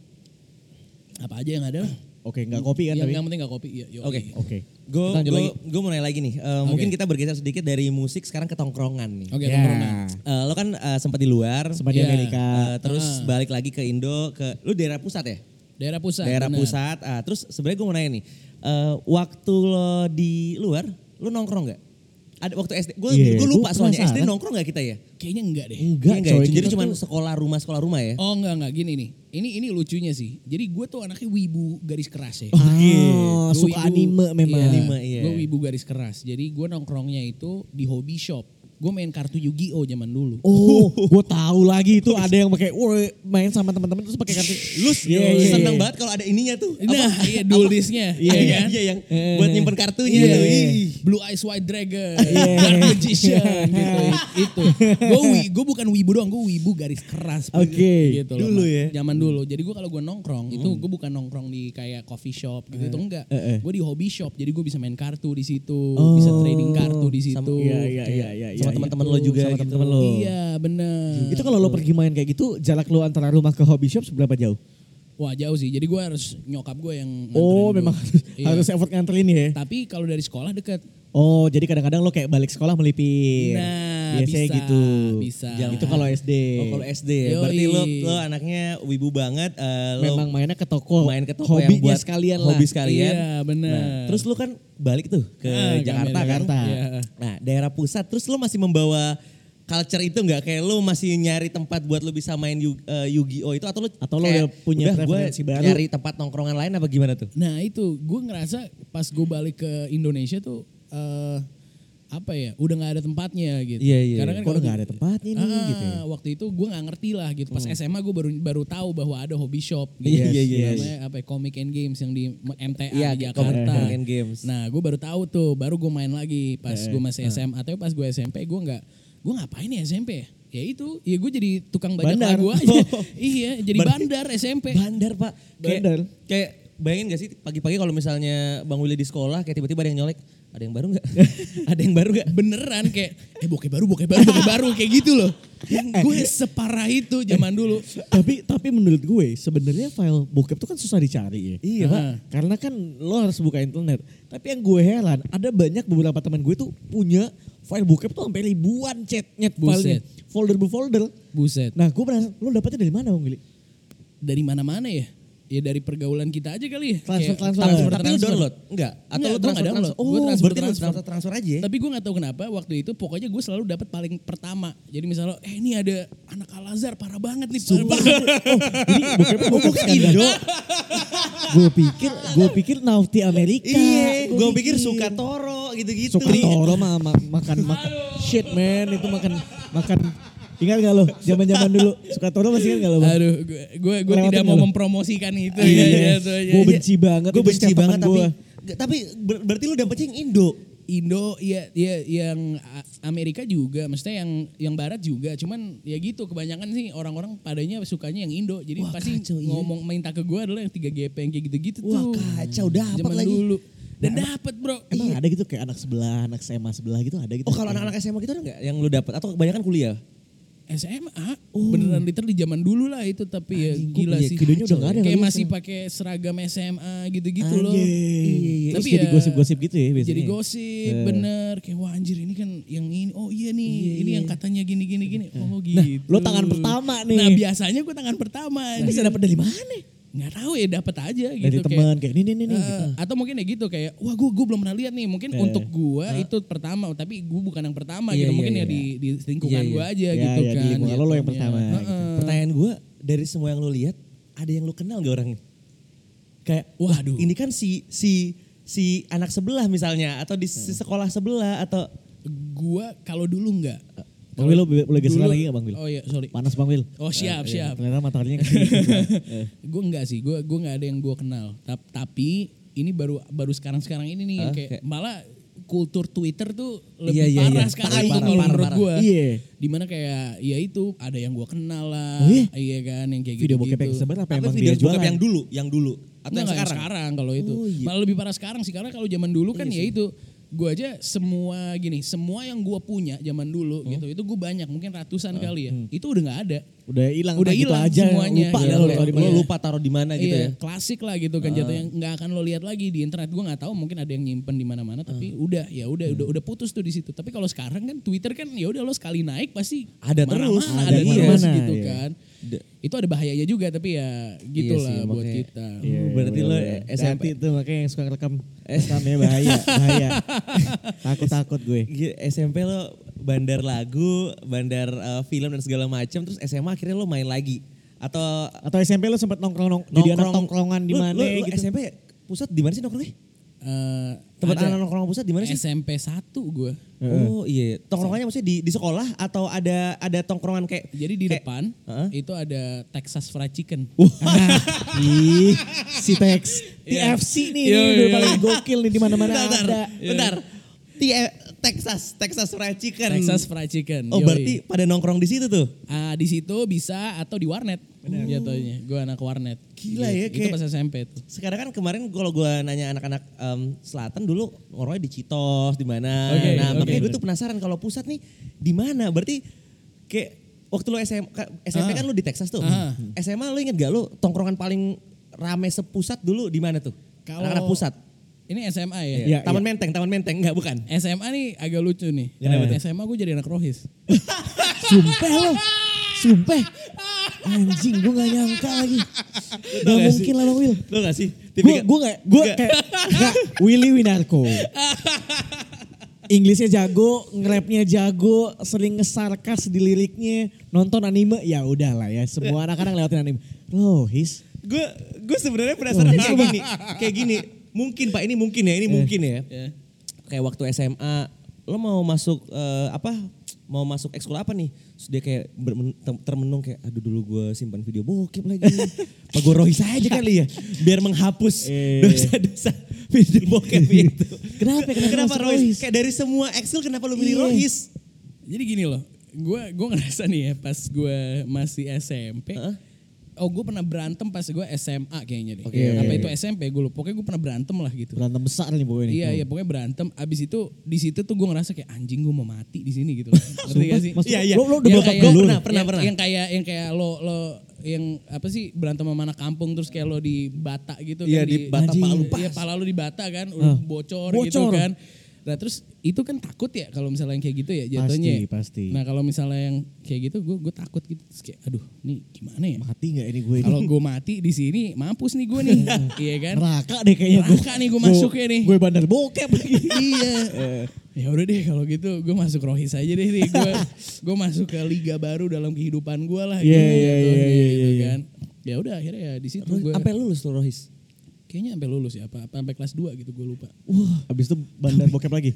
[SPEAKER 1] Apa aja yang ada lah.
[SPEAKER 2] Oke, nggak kopi kan
[SPEAKER 1] Yang
[SPEAKER 2] tapi?
[SPEAKER 1] yang penting nggak kopi. Iya, yoi.
[SPEAKER 3] Oke.
[SPEAKER 2] Oke. Kita lanjut lagi.
[SPEAKER 3] Gue mau nanya lagi nih. Mungkin kita bergeser sedikit dari musik sekarang ke tongkrongan nih.
[SPEAKER 1] Oke,
[SPEAKER 2] Ya.
[SPEAKER 1] tongkrongan.
[SPEAKER 3] Lo kan sempat di luar.
[SPEAKER 2] Sempat di
[SPEAKER 1] Iya.
[SPEAKER 2] Amerika.
[SPEAKER 3] Terus balik lagi ke Indo. Lu daerah pusat ya?
[SPEAKER 1] Daerah pusat.
[SPEAKER 3] Daerah
[SPEAKER 1] benar.
[SPEAKER 3] pusat. Terus sebenarnya gue mau nanya nih. Waktu lo di luar, lo nongkrong gak? Ada waktu SD.
[SPEAKER 2] Iya,
[SPEAKER 3] Gue lupa
[SPEAKER 2] gua
[SPEAKER 3] soalnya. SD
[SPEAKER 2] penasaran.
[SPEAKER 3] nongkrong gak kita ya?
[SPEAKER 1] Kayaknya enggak deh.
[SPEAKER 2] Enggak
[SPEAKER 3] Iya nggak ya?
[SPEAKER 2] coy.
[SPEAKER 3] Jadi
[SPEAKER 2] kita
[SPEAKER 3] cuma
[SPEAKER 2] tuh-
[SPEAKER 3] sekolah rumah ya?
[SPEAKER 1] Oh enggak gini nih. Ini lucunya sih. Jadi gue tuh anaknya wibu garis keras ya.
[SPEAKER 2] Ah,
[SPEAKER 1] Gua
[SPEAKER 2] suka anime memang.
[SPEAKER 3] Anime, iya.
[SPEAKER 1] Gue wibu garis keras. Jadi gue nongkrongnya itu di hobby shop. Gue main kartu Yu-Gi-Oh zaman dulu.
[SPEAKER 2] Oh, gue tahu lagi itu ada yang pakai, main sama teman-teman terus pakai kartu.
[SPEAKER 3] Lu
[SPEAKER 2] Iya.
[SPEAKER 3] seneng banget kalau ada ininya tuh.
[SPEAKER 1] Nah, iya dual disknya.
[SPEAKER 2] Iya,
[SPEAKER 1] kan?
[SPEAKER 3] Iya yang buat nyimpen kartunya
[SPEAKER 1] Iya,
[SPEAKER 3] tuh. Ih.
[SPEAKER 1] Blue Eyes White Dragon, Dark Magician gitu. Itu. Gue bukan wibu doang, gue wibu garis keras.
[SPEAKER 2] Oke.
[SPEAKER 1] Gitu loh,
[SPEAKER 3] Dulu
[SPEAKER 1] Mak.
[SPEAKER 3] ya.
[SPEAKER 1] Zaman dulu. Jadi gue kalau gue nongkrong itu gue bukan nongkrong di kayak coffee shop gitu itu enggak. Gue di hobby shop. Jadi gue bisa main kartu di situ, bisa trading kartu di situ.
[SPEAKER 2] Iya.
[SPEAKER 3] Sama teman-teman lo juga
[SPEAKER 2] Sama
[SPEAKER 3] gitu.
[SPEAKER 2] teman-teman lo.
[SPEAKER 1] Iya, bener.
[SPEAKER 2] Itu kalau lo pergi main kayak gitu, jarak lo antara rumah ke hobby shop seberapa jauh?
[SPEAKER 1] Wah jauh sih. Jadi gue harus nyokap gue yang
[SPEAKER 2] Oh,
[SPEAKER 1] nganterin
[SPEAKER 2] memang
[SPEAKER 1] gua. Iya.
[SPEAKER 2] harus effort nganterin ya.
[SPEAKER 1] Tapi kalau dari sekolah deket.
[SPEAKER 2] Oh, jadi kadang-kadang lo kayak balik sekolah melipir.
[SPEAKER 1] Nah,
[SPEAKER 2] biasanya
[SPEAKER 1] bisa,
[SPEAKER 2] gitu.
[SPEAKER 1] bisa.
[SPEAKER 2] Itu kalau SD.
[SPEAKER 3] Oh kalau SD ya.
[SPEAKER 1] Yoi.
[SPEAKER 3] Berarti lo anaknya wibu banget. Lo
[SPEAKER 2] Memang mainnya ke toko.
[SPEAKER 3] main ke toko
[SPEAKER 2] hobinya
[SPEAKER 3] yang buat
[SPEAKER 2] sekalian lah.
[SPEAKER 3] hobi sekalian.
[SPEAKER 1] Iya, bener.
[SPEAKER 3] Nah, terus lo kan balik tuh ke
[SPEAKER 1] Ke
[SPEAKER 3] Jakarta kan.
[SPEAKER 1] Jakarta. Iya.
[SPEAKER 3] Nah daerah pusat terus lo masih membawa culture itu nggak? Kayak lo masih nyari tempat buat lo bisa main Yu-Gi-Oh itu atau lo
[SPEAKER 2] udah punya preferensi
[SPEAKER 3] gua
[SPEAKER 2] baru?
[SPEAKER 3] nyari tempat nongkrongan lain apa gimana tuh?
[SPEAKER 1] Nah itu gue ngerasa pas gue balik ke Indonesia tuh apa ya udah nggak ada tempatnya gitu.
[SPEAKER 3] Iya.
[SPEAKER 1] Karena kan
[SPEAKER 2] Kok
[SPEAKER 1] kalau
[SPEAKER 2] nggak ada tempatnya nih gitu ya?
[SPEAKER 1] waktu itu gue nggak ngerti lah gitu. Pas SMA gue baru tahu bahwa ada hobby shop.
[SPEAKER 3] Iya,
[SPEAKER 1] Gitu.
[SPEAKER 3] iya.
[SPEAKER 1] Namanya apa? Ya, Comic and Games yang di MTA
[SPEAKER 3] Iya,
[SPEAKER 1] di
[SPEAKER 3] Comic
[SPEAKER 1] Jakarta.
[SPEAKER 3] and Games.
[SPEAKER 1] Nah gue baru tahu tuh. Baru gue main lagi pas gue masih SMA. Tapi pas gue SMP gue ngapain ya SMP ya? Ya itu, ya gue jadi tukang bajak
[SPEAKER 2] Bandar.
[SPEAKER 1] lagu aja. Iya, jadi bandar SMP.
[SPEAKER 3] Bandar pak.
[SPEAKER 2] Bandar.
[SPEAKER 3] Kayak bayangin gak sih pagi-pagi kalau misalnya Bang Willy di sekolah kayak tiba-tiba ada yang nyolek. Ada yang baru gak? Ada yang baru gak?
[SPEAKER 1] Beneran kayak bokeh baru kayak gitu loh. Gue separah itu zaman dulu.
[SPEAKER 2] tapi menurut gue sebenarnya file bokep itu kan susah dicari ya.
[SPEAKER 3] Iya, Pak.
[SPEAKER 2] Karena kan lo harus buka internet. Tapi yang gue heran ada banyak beberapa teman gue tuh punya file bokep tuh sampai ribuan chatnya filenya.
[SPEAKER 1] Buset.
[SPEAKER 2] Folder berfolder.
[SPEAKER 1] Buset.
[SPEAKER 2] Nah gue penasaran lo dapetnya dari mana Bang Willy?
[SPEAKER 1] Dari mana-mana ya? Ya dari pergaulan kita aja kali ya.
[SPEAKER 2] Transfer.
[SPEAKER 3] Tapi lu download? Enggak? Atau
[SPEAKER 1] Enggak,
[SPEAKER 3] lu
[SPEAKER 1] gua nggak download.
[SPEAKER 3] Oh,
[SPEAKER 1] Gua transfer.
[SPEAKER 3] berarti lu transfer aja ya?
[SPEAKER 1] Tapi gue gak tahu kenapa waktu itu pokoknya gue selalu dapat paling pertama. Jadi misalnya ini ada anak Al-Azhar parah banget nih. Parah banget.
[SPEAKER 2] Jadi bokep Indo. Gue pikir Naughty Amerika.
[SPEAKER 3] Iya, gue pikir suka Toro gitu-gitu.
[SPEAKER 2] Suka Toro mah makan shit man itu makan. Ingat gak lo? Zaman dulu suka Toro masih ingat gak lo? Bang?
[SPEAKER 1] Aduh, gue
[SPEAKER 2] Lewatin
[SPEAKER 1] tidak
[SPEAKER 2] nggak
[SPEAKER 1] mau
[SPEAKER 2] lo?
[SPEAKER 1] mempromosikan itu.
[SPEAKER 2] Iya.
[SPEAKER 1] Itu aja.
[SPEAKER 2] Gue benci banget.
[SPEAKER 3] Gue
[SPEAKER 2] itu
[SPEAKER 3] benci
[SPEAKER 2] setiap
[SPEAKER 3] banget
[SPEAKER 2] teman gua.
[SPEAKER 3] tapi berarti lu dapetnya yang Indo.
[SPEAKER 1] Indo ya yang Amerika juga, maksudnya yang barat juga, cuman ya gitu kebanyakan sih orang-orang padanya sukanya yang Indo. Jadi
[SPEAKER 3] Wah,
[SPEAKER 1] pasti
[SPEAKER 3] kacau, iya.
[SPEAKER 1] ngomong minta ke gue adalah yang 3GP yang kayak gitu-gitu
[SPEAKER 3] Wah,
[SPEAKER 1] tuh.
[SPEAKER 3] kacau, dapat
[SPEAKER 1] Zaman
[SPEAKER 3] lagi.
[SPEAKER 1] dulu. Dan dapat, Bro.
[SPEAKER 2] Emang ada gitu kayak anak sebelah, anak SMA sebelah gitu ada gitu.
[SPEAKER 3] Oh kalau anak-anak SMA gitu ada nggak yang lu dapet? Atau kebanyakan kuliah?
[SPEAKER 1] SMA beneran literally zaman dulu lah itu, tapi ya
[SPEAKER 3] Anjing,
[SPEAKER 1] gila
[SPEAKER 3] iya,
[SPEAKER 1] sih.
[SPEAKER 2] videonya udah nggak ada
[SPEAKER 1] Kayak
[SPEAKER 2] kali
[SPEAKER 1] masih
[SPEAKER 2] sekarang.
[SPEAKER 1] pakai seragam SMA gitu-gitu loh.
[SPEAKER 2] Iya. Terus
[SPEAKER 1] Tapi
[SPEAKER 2] jadi
[SPEAKER 1] ya,
[SPEAKER 2] gosip-gosip gitu ya biasanya.
[SPEAKER 1] Jadi gosip bener kayak wah anjir ini kan yang ini. Oh iya nih, ini yang katanya gini. Oh gitu.
[SPEAKER 2] Lo tangan pertama nih.
[SPEAKER 1] Nah biasanya gue tangan pertama.
[SPEAKER 2] Bisa dapat dari mana?
[SPEAKER 1] Nggak tahu ya dapat aja gitu.
[SPEAKER 2] Dari teman kayak ini nih gitu.
[SPEAKER 1] Atau mungkin ya gitu kayak wah gue belum pernah lihat nih, mungkin untuk gue itu pertama, tapi gue bukan yang pertama
[SPEAKER 3] Iya,
[SPEAKER 1] gitu.
[SPEAKER 3] iya,
[SPEAKER 1] Mungkin
[SPEAKER 3] iya.
[SPEAKER 1] ya di lingkungan
[SPEAKER 3] Iya,
[SPEAKER 1] gue aja
[SPEAKER 2] Iya,
[SPEAKER 1] gitu
[SPEAKER 2] iya, di
[SPEAKER 1] kan.
[SPEAKER 2] lingkungan lo yang pertama, gitu.
[SPEAKER 3] Pertanyaan gue dari semua yang lo lihat ada yang lo kenal gak orangnya? Kayak
[SPEAKER 1] Waduh.
[SPEAKER 3] ini kan si anak sebelah misalnya atau di sekolah sebelah atau
[SPEAKER 1] Gua kalau dulu enggak.
[SPEAKER 2] Bang Wil, boleh geser
[SPEAKER 1] Dulu-
[SPEAKER 2] lagi gak Bang Wil?
[SPEAKER 1] Oh iya, sorry.
[SPEAKER 2] Panas Bang Wil.
[SPEAKER 1] Oh siap, siap.
[SPEAKER 2] Ternyata mataharinya kesini.
[SPEAKER 1] Gue enggak sih, gue nggak ada yang gue kenal. Tapi ini baru sekarang ini nih yang kayak malah kultur Twitter tuh lebih
[SPEAKER 3] Iya,
[SPEAKER 1] parah
[SPEAKER 3] iya.
[SPEAKER 1] sekarang
[SPEAKER 3] Parah,
[SPEAKER 1] tuh kalau
[SPEAKER 3] parah,
[SPEAKER 1] menurut
[SPEAKER 3] parah.
[SPEAKER 1] gue.
[SPEAKER 2] Iya.
[SPEAKER 1] Dimana kayak ya itu ada yang gue kenal lah,
[SPEAKER 2] Oh iya?
[SPEAKER 1] iya kan yang kayak
[SPEAKER 2] Video
[SPEAKER 1] gitu.
[SPEAKER 2] bokep yang sebar apa
[SPEAKER 3] apa
[SPEAKER 2] emang
[SPEAKER 3] video
[SPEAKER 2] dia jualan?
[SPEAKER 3] bokep yang dulu atau yang
[SPEAKER 1] Enggak,
[SPEAKER 3] sekarang?
[SPEAKER 1] kalau itu.
[SPEAKER 3] Oh, iya.
[SPEAKER 1] Malah lebih parah sekarang sih karena kalau zaman dulu kan ya itu gue aja semua yang gue punya zaman dulu gitu itu gue banyak mungkin ratusan kali ya itu udah nggak ada.
[SPEAKER 2] Udah hilang,
[SPEAKER 1] Udah
[SPEAKER 2] gitu
[SPEAKER 1] hilang
[SPEAKER 2] aja.
[SPEAKER 1] semuanya.
[SPEAKER 2] Lupa
[SPEAKER 1] Iya,
[SPEAKER 2] dah lo
[SPEAKER 1] iya.
[SPEAKER 2] taruh di mana.
[SPEAKER 3] Lo lupa taruh di mana gitu ya.
[SPEAKER 1] Klasik lah gitu kan jatuhnya nggak akan lo lihat lagi di internet. Gue nggak tahu mungkin ada yang nyimpen di mana-mana tapi udah putus tuh di situ. Tapi kalau sekarang kan Twitter kan ya udah lo sekali naik pasti
[SPEAKER 3] Ada
[SPEAKER 1] mana-mana,
[SPEAKER 3] terus,
[SPEAKER 1] ada
[SPEAKER 2] ada
[SPEAKER 1] terus
[SPEAKER 2] mana-mana,
[SPEAKER 1] gitu
[SPEAKER 2] iya.
[SPEAKER 1] kan. Itu ada bahayanya juga tapi ya gitulah
[SPEAKER 3] sih,
[SPEAKER 1] buat
[SPEAKER 3] makanya.
[SPEAKER 1] kita.
[SPEAKER 2] Iya,
[SPEAKER 3] Berarti lo
[SPEAKER 2] bener-bener.
[SPEAKER 3] SMP.
[SPEAKER 2] Hati-hati tuh makanya yang suka rekamnya bahaya. Takut gue.
[SPEAKER 3] SMP lo bandar lagu, bandar film dan segala macam, terus SMA akhirnya lo main lagi
[SPEAKER 2] Atau SMP lo sempat jadi anak tongkrongan di mana
[SPEAKER 3] Lo
[SPEAKER 2] gitu.
[SPEAKER 3] SMP pusat di mana sih nongkrongnya? Tempat
[SPEAKER 1] Ada
[SPEAKER 3] anak nongkrong pusat di mana sih?
[SPEAKER 1] SMP 1 gue.
[SPEAKER 3] Oh iya, tongkrongannya maksudnya di sekolah atau ada tongkrongan kayak
[SPEAKER 1] Jadi di
[SPEAKER 3] kayak-
[SPEAKER 1] depan itu ada Texas Fried Chicken.
[SPEAKER 2] Ih, si Tex. TFC nih,
[SPEAKER 1] Iya,
[SPEAKER 2] udah
[SPEAKER 1] iya.
[SPEAKER 2] paling gokil nih di mana-mana ada.
[SPEAKER 3] Bentar. Texas Fried Chicken.
[SPEAKER 1] Texas Fried Chicken.
[SPEAKER 3] Oh
[SPEAKER 1] yoi.
[SPEAKER 3] berarti pada nongkrong di situ tuh?
[SPEAKER 1] Di situ bisa atau di warnet. Jatuhnya. Gue anak warnet.
[SPEAKER 3] Gila ya,
[SPEAKER 1] Itu
[SPEAKER 3] kayak-
[SPEAKER 1] pas SMP tuh.
[SPEAKER 3] Sekarang kan kemarin kalau gue nanya anak-anak selatan dulu nongkrongnya di Citos di mana.
[SPEAKER 1] Oke,
[SPEAKER 3] Nah
[SPEAKER 1] oke.
[SPEAKER 3] makanya gue tuh penasaran kalau pusat nih di mana? Berarti kayak waktu lo SMP kan lo di Texas tuh. SMA lo inget gak lo tongkrongan paling rame sepusat dulu di mana tuh?
[SPEAKER 1] Kalau
[SPEAKER 3] Anak-anak pusat.
[SPEAKER 1] Ini SMA ya.
[SPEAKER 2] Iya.
[SPEAKER 3] Taman Menteng enggak bukan?
[SPEAKER 1] SMA nih agak lucu nih. SMA gue jadi anak rohis.
[SPEAKER 2] Sumpah lo. Sumpah. Anjing gue gak nyangka lagi. Gak mungkin lah Bang Wil.
[SPEAKER 3] Lo gak sih?
[SPEAKER 2] Gue kayak Willy Winarko. Inggrisnya jago, nge-rapnya jago, sering ngesarkas di liriknya, nonton anime, ya udahlah ya. Semua anak-anak lewatin anime. Rohis.
[SPEAKER 3] Gue sebenarnya penasaran kayak gini. Mungkin Pak, ini mungkin ya, mungkin ya. Kayak waktu SMA, lo mau masuk mau masuk ekskul apa nih? Terus dia kayak termenung kayak, aduh dulu gue simpan video bokep lagi. Apa gue rohis aja kali ya, biar menghapus dosa-dosa video bokep itu.
[SPEAKER 2] Kenapa masuk rohis?
[SPEAKER 3] Kayak dari semua ekskul kenapa lo milih
[SPEAKER 2] Iya.
[SPEAKER 3] rohis?
[SPEAKER 1] Jadi gini loh. Gue ngerasa nih ya pas gue masih SMP. Oh gue pernah berantem pas gue SMA kayaknya deh.
[SPEAKER 3] Oke.
[SPEAKER 1] Apa itu SMP gue lupa. Pokoknya gue pernah berantem lah gitu.
[SPEAKER 2] Berantem besar nih pokoknya nih.
[SPEAKER 1] Iya, pokoknya berantem. Abis itu di situ tuh gue ngerasa kayak anjing gue mau mati di sini gitu. Ngerti gak sih?
[SPEAKER 2] Maksud-
[SPEAKER 3] Iya.
[SPEAKER 2] Lo udah
[SPEAKER 1] Yang
[SPEAKER 2] babak
[SPEAKER 1] kayak-
[SPEAKER 2] belur.
[SPEAKER 3] Pernah.
[SPEAKER 1] Yang kayak lo yang apa sih berantem sama anak kampung terus kayak lo di bata gitu
[SPEAKER 3] Iya,
[SPEAKER 1] kan.
[SPEAKER 3] di bata
[SPEAKER 1] Anjing.
[SPEAKER 3] pala lu pas.
[SPEAKER 1] Iya pala lo di bata kan. Udah bocor gitu
[SPEAKER 2] Bocor.
[SPEAKER 1] kan. Nah terus itu kan takut ya kalau misalnya yang kayak gitu ya jatuhnya.
[SPEAKER 2] Pasti.
[SPEAKER 1] Nah kalau misalnya yang kayak gitu gue takut gitu. Terus kayak aduh nih gimana ya.
[SPEAKER 2] Mati gak ini gue?
[SPEAKER 1] Kalau gue mati di sini mampus nih gue nih. Iya kan.
[SPEAKER 2] Neraka deh kayaknya gue.
[SPEAKER 1] Neraka nih gue masuknya nih.
[SPEAKER 2] Gue bandar bokep lagi.
[SPEAKER 1] Iya. Ya udah deh kalau gitu gue masuk rohis aja deh nih. Gue masuk ke liga baru dalam kehidupan gue lah.
[SPEAKER 2] Iya,
[SPEAKER 1] gitu,
[SPEAKER 2] iya,
[SPEAKER 1] jatuhnya
[SPEAKER 2] iya,
[SPEAKER 1] gitu
[SPEAKER 2] iya.
[SPEAKER 1] kan. Ya udah akhirnya ya di situ gue.
[SPEAKER 3] Sampai lulus lo rohis?
[SPEAKER 1] Kayaknya sampai lulus ya apa sampai kelas 2 gitu gue lupa.
[SPEAKER 2] Habis itu bandar bokep lagi.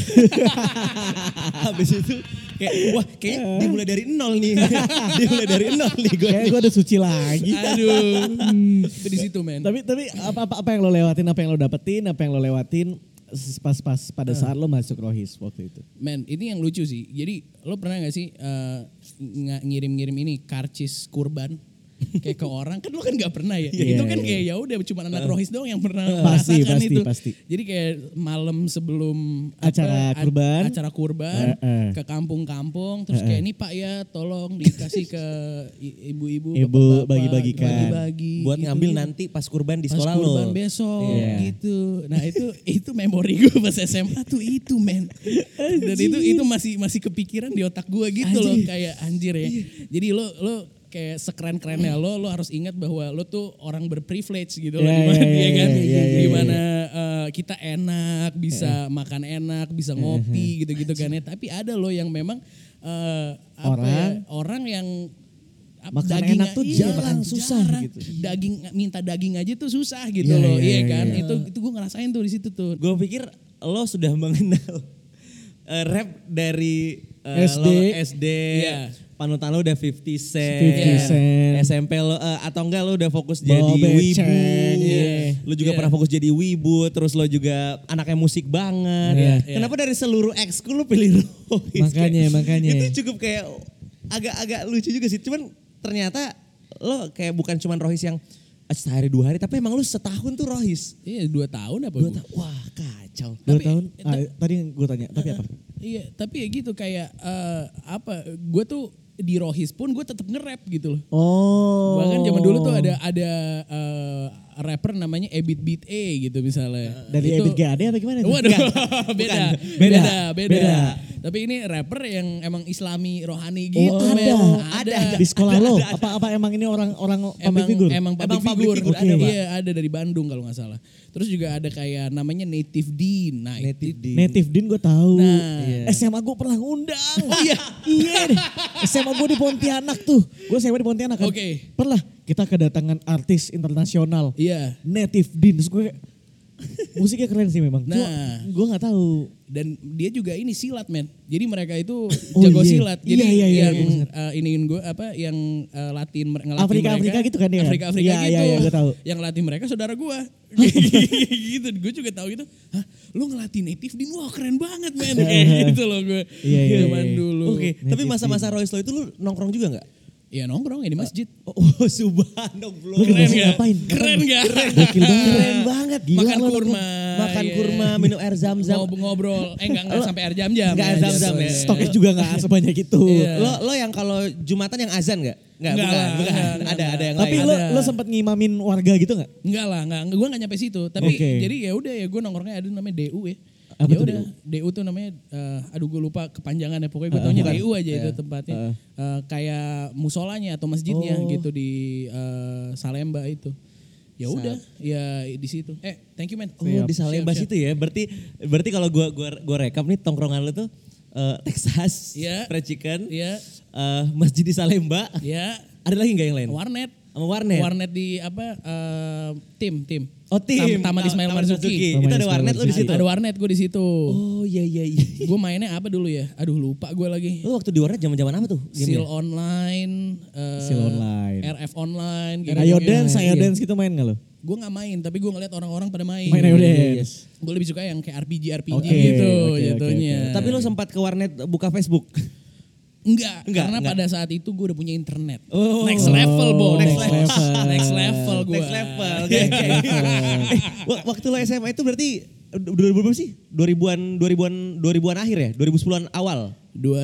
[SPEAKER 3] Habis itu kayaknya dimulai dari nol nih. Dimulai dari nol nih gue.
[SPEAKER 2] Kayak gue udah suci lagi.
[SPEAKER 1] Aduh. Itu di situ men.
[SPEAKER 2] Tapi apa yang lo lewatin, apa yang lo dapetin, apa yang lo lewatin pas pada saat lo masuk rohis waktu itu.
[SPEAKER 1] Men, ini yang lucu sih. Jadi lo pernah gak sih ngirim-ngirim ini karcis kurban? Kayak ke orang kan lo kan nggak pernah ya.
[SPEAKER 2] Iya,
[SPEAKER 1] Itu kan
[SPEAKER 2] iya.
[SPEAKER 1] kayak ya udah cuma anak rohis doang yang pernah
[SPEAKER 2] Pasti,
[SPEAKER 1] merasakan
[SPEAKER 2] pasti,
[SPEAKER 1] itu.
[SPEAKER 2] pasti.
[SPEAKER 1] Jadi kayak malam sebelum
[SPEAKER 2] Acara kurban.
[SPEAKER 1] acara kurban ke kampung-kampung terus kayak ini Pak ya tolong dikasih ke ibu-ibu
[SPEAKER 2] Ibu
[SPEAKER 1] bapak-bapak,
[SPEAKER 2] bagi-bagikan.
[SPEAKER 1] bagi-bagi,
[SPEAKER 3] Buat
[SPEAKER 1] gitu,
[SPEAKER 3] ngambil
[SPEAKER 1] gitu.
[SPEAKER 3] nanti pas kurban di
[SPEAKER 1] Pas
[SPEAKER 3] sekolah lo.
[SPEAKER 1] kurban besok
[SPEAKER 2] Iya.
[SPEAKER 1] gitu. Nah itu memori gue pas SMA tuh itu men. Dan itu masih kepikiran di otak gue gitu loh kayak anjir ya. Jadi lo kayak sekeren-kerennya lo harus ingat bahwa lo tuh orang berprivilege gitu loh.
[SPEAKER 2] Iya,
[SPEAKER 1] Dimana
[SPEAKER 2] iya,
[SPEAKER 1] dia kan,
[SPEAKER 2] iya, iya,
[SPEAKER 1] dimana kita enak, bisa makan enak, bisa ngopi gitu-gitu kan ya. Tapi ada lo yang memang orang yang
[SPEAKER 2] Makan enak tuh jarang, susah gitu.
[SPEAKER 1] Minta daging aja tuh susah gitu
[SPEAKER 2] Iya,
[SPEAKER 1] loh,
[SPEAKER 2] iya,
[SPEAKER 1] iya kan?
[SPEAKER 2] iya.
[SPEAKER 1] Itu gue ngerasain tuh di situ tuh.
[SPEAKER 3] Gue pikir lo sudah mengenal rap dari
[SPEAKER 2] SD.
[SPEAKER 3] lo SD.
[SPEAKER 1] Iya.
[SPEAKER 3] Panutan lo udah 50 Cent.
[SPEAKER 2] 50 Cent.
[SPEAKER 3] SMP lo atau enggak lo udah fokus
[SPEAKER 2] Bawa
[SPEAKER 3] jadi wibu.
[SPEAKER 2] beceng, iya.
[SPEAKER 3] Lo juga pernah fokus jadi wibu, terus lo juga anaknya musik banget.
[SPEAKER 1] Iya, iya.
[SPEAKER 3] Kenapa dari seluruh ekskul lo pilih Rohis?
[SPEAKER 2] Makanya.
[SPEAKER 3] Itu cukup kayak agak lucu juga sih. Cuman ternyata lo kayak bukan cuman Rohis yang sehari 2 hari, tapi emang lu setahun tuh Rohis.
[SPEAKER 1] Iya 2 tahun apa
[SPEAKER 3] 2
[SPEAKER 1] gua?
[SPEAKER 3] tahun. Wah kacau.
[SPEAKER 2] 2 tahun. Tadi gue tanya, tapi apa?
[SPEAKER 1] Iya, tapi ya gitu kayak gue tuh di Rohis pun gue tetap nge-rap gitu loh.
[SPEAKER 2] Oh.
[SPEAKER 1] Bahkan zaman dulu tuh ada rapper namanya Ebit Beat E gitu misalnya.
[SPEAKER 2] Dari
[SPEAKER 1] Itu-
[SPEAKER 2] Ebit GAD apa gimana? itu?
[SPEAKER 1] Waduh,
[SPEAKER 3] Beda.
[SPEAKER 1] beda. Tapi ini rapper yang emang Islami rohani gitu,
[SPEAKER 2] Oh,
[SPEAKER 1] men.
[SPEAKER 2] ada. Di sekolah lo? Apa emang ini orang public figure?
[SPEAKER 1] Emang public
[SPEAKER 3] Emang public
[SPEAKER 1] figure.
[SPEAKER 3] figure ada, Pak.
[SPEAKER 1] Iya, ada dari Bandung kalau nggak salah. Terus juga ada kayak namanya Native Dean. Nah,
[SPEAKER 3] Native Dean.
[SPEAKER 2] Native Dean gue tahu.
[SPEAKER 1] Nah.
[SPEAKER 3] Iya.
[SPEAKER 2] SMA gue pernah ngundang. Oh iya. Iya deh. SMA gue di Pontianak tuh. Gue SMA di Pontianak kan.
[SPEAKER 1] Oke.
[SPEAKER 2] Pernah kita kedatangan artis internasional.
[SPEAKER 1] Iya.
[SPEAKER 2] Native Dean. Terus gue musiknya keren sih memang. Cuma
[SPEAKER 1] Nah.
[SPEAKER 2] gue gak tahu.
[SPEAKER 1] Dan dia juga ini silat, men. Jadi mereka itu
[SPEAKER 2] Oh,
[SPEAKER 1] jago
[SPEAKER 2] iya.
[SPEAKER 1] silat. Jadi
[SPEAKER 2] Iya,
[SPEAKER 1] yang
[SPEAKER 2] gue
[SPEAKER 1] iniin gue yang ngelatih
[SPEAKER 2] Afrika
[SPEAKER 1] mereka.
[SPEAKER 2] gitu kan dia?
[SPEAKER 1] Afrika
[SPEAKER 2] Iya,
[SPEAKER 1] gitu.
[SPEAKER 2] iya, gue tahu.
[SPEAKER 1] Yang latih mereka saudara gue. gitu. Gue juga tahu gitu. Hah, lu ngelatih Native Dean? Wah, keren banget, men. Kayak gitu loh gue.
[SPEAKER 2] Iya,
[SPEAKER 1] Zaman
[SPEAKER 2] iya.
[SPEAKER 1] dulu.
[SPEAKER 3] Oke, tapi
[SPEAKER 2] Native
[SPEAKER 3] masa-masa Rohis lo itu lu nongkrong juga nggak?
[SPEAKER 1] Ya nongkrong ya di masjid.
[SPEAKER 3] Oh, subhanallah.
[SPEAKER 2] Lu di
[SPEAKER 1] Keren
[SPEAKER 2] masjid
[SPEAKER 1] gak?
[SPEAKER 2] ngapain?
[SPEAKER 1] Keren gak?
[SPEAKER 2] Gokil banget.
[SPEAKER 3] Keren banget.
[SPEAKER 2] Gila
[SPEAKER 1] Makan
[SPEAKER 2] lu.
[SPEAKER 1] kurma.
[SPEAKER 3] Makan
[SPEAKER 1] iya.
[SPEAKER 3] kurma, minum air zam-zam.
[SPEAKER 1] Ngobrol. Enggak sampai air jam-jam.
[SPEAKER 3] Nggak air zam-zam ya.
[SPEAKER 2] Stoknya juga gak sebanyak itu.
[SPEAKER 1] Iya.
[SPEAKER 3] Lo yang kalau Jumatan yang azan nggak?
[SPEAKER 1] Nggak
[SPEAKER 3] bukan.
[SPEAKER 1] lah,
[SPEAKER 3] Bukan.
[SPEAKER 1] nggak.
[SPEAKER 3] Ada yang
[SPEAKER 2] Tapi
[SPEAKER 3] lain.
[SPEAKER 2] lo sempat ngimamin warga gitu gak?
[SPEAKER 1] Enggak lah, gue gak nyampe situ. Tapi
[SPEAKER 2] Oke.
[SPEAKER 1] jadi ya udah ya gue nongkrongnya ada namanya DU ya.
[SPEAKER 2] Apa
[SPEAKER 1] Ya
[SPEAKER 2] tuh
[SPEAKER 1] udah, DU tuh namanya, aduh gue lupa kepanjangannya. Pokoknya gue taunya DU aja itu tempatnya. Kayak musolanya atau masjidnya gitu di Salemba itu. Ya udah, ya di situ. Thank you man.
[SPEAKER 3] Oh, di Salemba situ ya. Berarti kalau gua rekap nih tongkrongan lu tuh Texas,
[SPEAKER 1] Iya.
[SPEAKER 3] Fried Chicken,
[SPEAKER 1] Iya,
[SPEAKER 3] Masjid di Salemba.
[SPEAKER 1] ya.
[SPEAKER 3] Ada lagi nggak yang lain?
[SPEAKER 1] Warnet.
[SPEAKER 3] Sama warnet.
[SPEAKER 1] Warnet di apa? Tim.
[SPEAKER 3] Oh, tim.
[SPEAKER 1] Taman Ismail
[SPEAKER 3] Taman
[SPEAKER 1] Marzuki.
[SPEAKER 3] Itu ada warnet lu di situ.
[SPEAKER 1] Ada warnet gue di situ.
[SPEAKER 3] Oh iya.
[SPEAKER 1] Gue mainnya apa dulu ya? Aduh lupa gue lagi.
[SPEAKER 3] Lu waktu di warnet zaman-zaman apa tuh?
[SPEAKER 1] Seal online,
[SPEAKER 2] Seal online.
[SPEAKER 1] RF online.
[SPEAKER 2] Ayo dance gitu main gak lo?
[SPEAKER 1] Gue nggak main, tapi gue ngeliat orang-orang pada main.
[SPEAKER 2] Main Ayo Dance.
[SPEAKER 1] Gue lebih suka yang kayak RPG
[SPEAKER 2] Oke,
[SPEAKER 1] gitu
[SPEAKER 2] oke,
[SPEAKER 1] jatuhnya.
[SPEAKER 3] Tapi lu sempat ke warnet buka Facebook?
[SPEAKER 1] Enggak,
[SPEAKER 3] Enggak,
[SPEAKER 1] karena
[SPEAKER 3] enggak.
[SPEAKER 1] pada saat itu gue udah punya internet.
[SPEAKER 3] Oh.
[SPEAKER 1] Next level, Bos.
[SPEAKER 2] Next level.
[SPEAKER 1] Next level gue.
[SPEAKER 3] Next level. Waktu lo SMA itu berarti 2000 berapa sih? 2000-an akhir ya? 2010-an awal?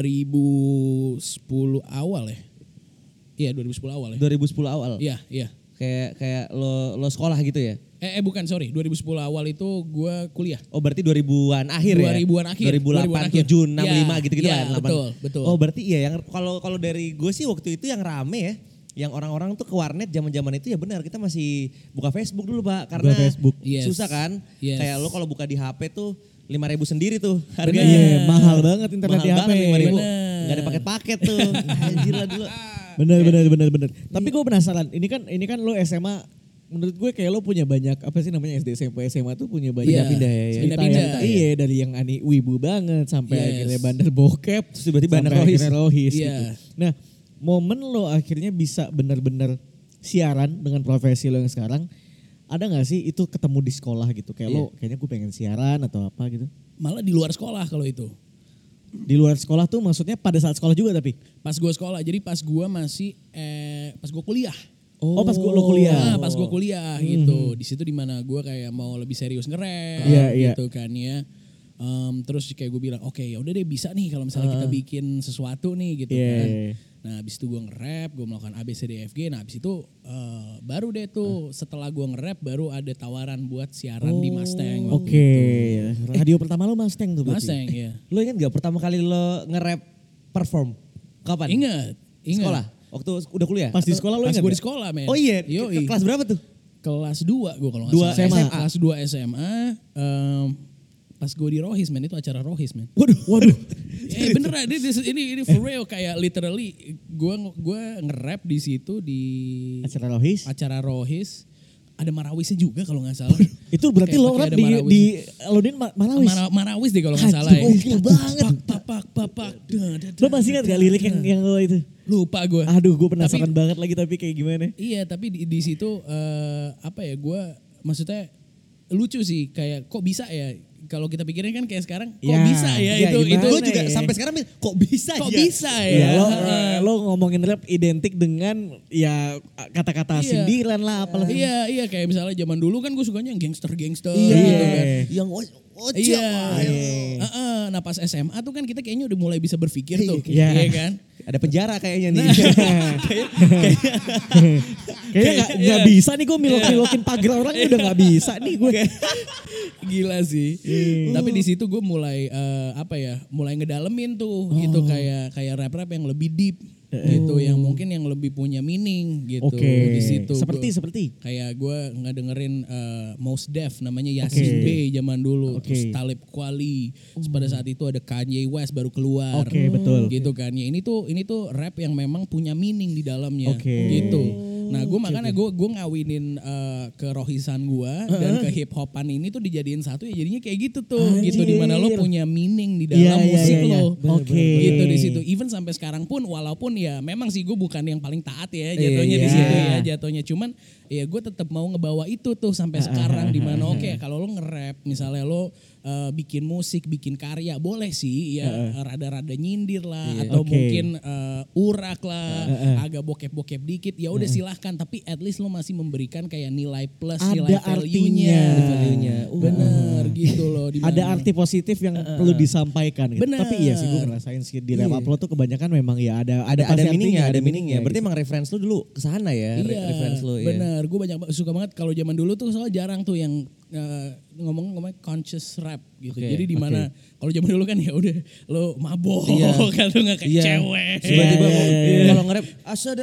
[SPEAKER 1] 2010 awal ya? Iya 2010 awal ya?
[SPEAKER 3] 2010 awal?
[SPEAKER 1] Iya.
[SPEAKER 3] Kayak lo sekolah gitu ya?
[SPEAKER 1] Bukan sorry, 2010 awal itu gue kuliah.
[SPEAKER 3] Oh berarti 2000-an akhir ya?
[SPEAKER 1] 2000-an akhir.
[SPEAKER 3] 2008, 7, 65
[SPEAKER 1] Ya,
[SPEAKER 3] gitu-gitu
[SPEAKER 1] ya,
[SPEAKER 3] kan? 8.
[SPEAKER 1] betul.
[SPEAKER 3] Oh berarti iya yang kalau dari gue sih waktu itu yang rame ya. Yang orang-orang tuh ke warnet zaman-zaman itu ya benar kita masih buka Facebook dulu Pak. Karena
[SPEAKER 2] Buka Facebook.
[SPEAKER 1] Yes.
[SPEAKER 3] susah kan?
[SPEAKER 1] Yes.
[SPEAKER 3] Kayak lo kalau buka di HP tuh 5.000 sendiri tuh harganya.
[SPEAKER 2] Iya, mahal banget internet
[SPEAKER 3] Mahal
[SPEAKER 2] di HP.
[SPEAKER 3] banget 5.000.
[SPEAKER 1] Bener.
[SPEAKER 3] Gak ada paket-paket tuh. Anjir lah dulu.
[SPEAKER 2] Bener. Tapi gue penasaran, ini kan lo SMA, menurut gue kayak lo punya banyak, apa sih namanya SD, SMP, SMA tuh punya banyak
[SPEAKER 1] Iya,
[SPEAKER 3] pindah ya.
[SPEAKER 2] cerita
[SPEAKER 1] pindah-pindah,
[SPEAKER 2] yang,
[SPEAKER 1] ya.
[SPEAKER 2] iya dari yang ani wibu banget sampai
[SPEAKER 1] Yes.
[SPEAKER 2] akhirnya bandar bokep,
[SPEAKER 3] Terus tiba-tiba
[SPEAKER 2] sampai
[SPEAKER 3] bandar Rohis.
[SPEAKER 2] akhirnya Rohis
[SPEAKER 1] Iya.
[SPEAKER 2] gitu. Nah, momen lo akhirnya bisa benar-benar siaran dengan profesi lo yang sekarang, ada gak sih itu ketemu di sekolah gitu? Kayak lo kayaknya gue pengen siaran atau apa gitu.
[SPEAKER 1] Malah di luar sekolah kalau itu.
[SPEAKER 2] Di luar sekolah tuh maksudnya pada saat sekolah juga tapi?
[SPEAKER 1] Pas gue sekolah, jadi pas gue masih, pas gue kuliah.
[SPEAKER 2] Oh, pas lo kuliah.
[SPEAKER 1] Nah, pas gue kuliah gitu. Di situ dimana gue kayak mau lebih serius nge-rap
[SPEAKER 2] Iya.
[SPEAKER 1] gitu kan ya. Terus kayak gue bilang, oke ya udah deh bisa nih kalau misalnya kita bikin sesuatu nih gitu
[SPEAKER 2] Iya,
[SPEAKER 1] kan.
[SPEAKER 2] iya.
[SPEAKER 1] Nah abis itu gue nge-rap, gue melakukan ABCDFG. Nah abis itu baru deh tuh setelah gue nge-rap baru ada tawaran buat siaran di Mustang. waktu
[SPEAKER 2] Oke,
[SPEAKER 1] itu.
[SPEAKER 2] radio pertama lo Mustang tuh berarti?
[SPEAKER 1] Mustang ya.
[SPEAKER 3] Lo ingat gak pertama kali lo nge-rap perform? Kapan?
[SPEAKER 1] Ingat.
[SPEAKER 3] Sekolah? Waktu udah kuliah?
[SPEAKER 2] Pas di sekolah lo
[SPEAKER 1] Pas
[SPEAKER 2] ingat
[SPEAKER 1] gue
[SPEAKER 2] gak?
[SPEAKER 1] di sekolah men.
[SPEAKER 3] Oh iya,
[SPEAKER 1] Yoi.
[SPEAKER 3] kelas berapa tuh?
[SPEAKER 1] Kelas 2 gue kalau nggak
[SPEAKER 3] Dua
[SPEAKER 1] salah.
[SPEAKER 2] SMA.
[SPEAKER 1] Kelas 2 SMA. pas gue di Rohis men, itu acara Rohis men.
[SPEAKER 2] Waduh.
[SPEAKER 1] Beneran ini for real, kayak literally gue nge-rap di situ di acara Rohis. Ada Marawisnya juga kalau nggak salah.
[SPEAKER 2] Itu berarti
[SPEAKER 1] Kayak
[SPEAKER 2] lo
[SPEAKER 1] pakai
[SPEAKER 2] rap
[SPEAKER 1] ada Marawis.
[SPEAKER 2] di Aludin Marawis.
[SPEAKER 1] Marawis deh kalau nggak salah ya.
[SPEAKER 2] Gokil banget.
[SPEAKER 1] Papak.
[SPEAKER 2] Lo masih ingat gak lirik yang lo itu?
[SPEAKER 1] Lupa gue.
[SPEAKER 2] Aduh, gue penasaran banget lagi tapi kayak gimana?
[SPEAKER 1] Iya, tapi di situ gue maksudnya lucu sih, kayak kok bisa ya? Kalau kita pikirin kan kayak sekarang kok bisa ya, itu
[SPEAKER 3] Gue juga
[SPEAKER 2] ya?
[SPEAKER 3] sampai sekarang kok bisa
[SPEAKER 1] ya?
[SPEAKER 2] Lo ngomongin rap identik dengan ya kata-kata sindiran lah apalah.
[SPEAKER 1] Iya, kayak misalnya zaman dulu kan gue sukanya yang gangster gitu kan.
[SPEAKER 3] Yang
[SPEAKER 1] Nah pas SMA tuh kan kita kayaknya udah mulai bisa berpikir tuh,
[SPEAKER 2] Iya.
[SPEAKER 1] iya kan?
[SPEAKER 3] ada penjara kayaknya nih.
[SPEAKER 2] Kayaknya gak bisa nih gue milokin pagar orang udah gak bisa nih gue.
[SPEAKER 1] Gila sih. Tapi di situ gue mulai mulai ngedalemin tuh gitu, kayak rap-rap yang lebih deep gitu, yang mungkin yang lebih punya meaning gitu di situ.
[SPEAKER 2] Seperti
[SPEAKER 1] kayak gue ngedengerin Mos Def namanya Yasin B zaman dulu, terus Talib Kweli. Pada saat itu ada Kanye West baru keluar.
[SPEAKER 2] Betul.
[SPEAKER 1] Gitu kan. Ya ini tuh rap yang memang punya meaning di dalamnya gitu. Nah gue makanya gue ngawinin ke rohisan gue dan ke hip hopan ini tuh dijadiin satu, ya jadinya kayak gitu tuh. Gitu dimana lo punya meaning di dalam musik lo. Gitu di situ. Even sampai sekarang pun walaupun ya memang sih gue bukan yang paling taat ya jatuhnya di situ ya jatuhnya. Cuman ya gue tetap mau ngebawa itu tuh sampai sekarang, dimana kalau lo nge-rap misalnya lo bikin musik, bikin karya boleh sih ya rada-rada nyindir lah atau mungkin urak lah, agak bokep-bokep dikit ya udah silahkan, tapi at least lo masih memberikan kayak nilai plus,
[SPEAKER 2] ada
[SPEAKER 1] nilai value-nya. Bener gitu loh.
[SPEAKER 2] Ada arti positif yang perlu disampaikan gitu.
[SPEAKER 1] Bener.
[SPEAKER 2] Tapi iya sih gue ngerasain sih di rap upload tuh kebanyakan memang ya ada
[SPEAKER 3] meaningnya. Berarti emang reference lu dulu kesana ya, reference lu.
[SPEAKER 1] Bener, gue suka banget kalau zaman dulu tuh soalnya jarang tuh yang ngomong conscious rap gitu. Jadi di mana kalau zaman dulu kan ya udah lo mabok kan, lo nggak kayak cewek.
[SPEAKER 3] Tiba-tiba kalau nge-rap asada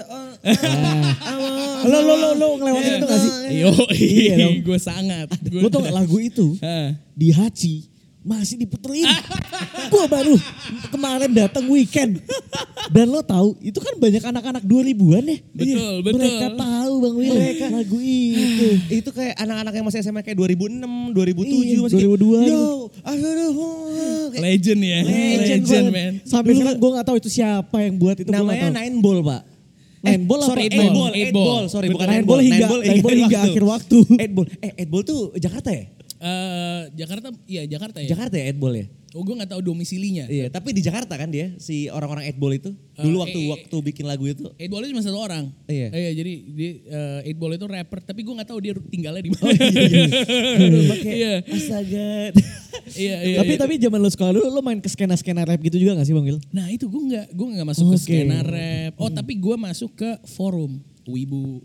[SPEAKER 2] lo ngelewatin itu gak sih?
[SPEAKER 1] Iya dong, gue sangat.
[SPEAKER 2] Lo tau gak lagu itu di Haji masih diputerin. Gue baru kemarin datang weekend. Dan lo tahu itu kan banyak anak-anak 2000-an ya.
[SPEAKER 1] Betul.
[SPEAKER 2] Mereka tahu Bang Will lagu itu.
[SPEAKER 3] Itu kayak anak-anak yang masih SMA kayak 2006, 2007 masih
[SPEAKER 2] 2002.
[SPEAKER 1] Legend ya. Legend man.
[SPEAKER 2] Sampai sekarang gue gak tahu itu siapa yang buat itu.
[SPEAKER 3] Namanya Nine Ball, Pak.
[SPEAKER 2] Sorry,
[SPEAKER 3] 8 Ball. Sorry, bukan 9
[SPEAKER 2] Ball.
[SPEAKER 3] Ball.
[SPEAKER 2] 9 Ball hingga akhir waktu.
[SPEAKER 3] 8 Ball. 8 Ball tuh Jakarta ya?
[SPEAKER 1] Jakarta ya.
[SPEAKER 3] Jakarta ya 8 Ball ya?
[SPEAKER 1] Oh gue gak tahu domisilinya.
[SPEAKER 3] Iya, tapi di Jakarta kan dia si orang-orang 8 Ball itu. Dulu waktu bikin lagu itu.
[SPEAKER 1] 8 Ball itu cuma satu orang.
[SPEAKER 3] Iya.
[SPEAKER 1] Jadi dia 8 Ball itu rapper, tapi gue gak tahu dia tinggalnya di mana.
[SPEAKER 2] Iya. Astaga.
[SPEAKER 1] Iya.
[SPEAKER 2] Tapi zaman lo sekolah dulu lo main ke skena-skena rap gitu juga gak sih Bang Wil?
[SPEAKER 1] Nah itu gue gak masuk ke skena rap. Oh tapi gue masuk ke forum Wibu.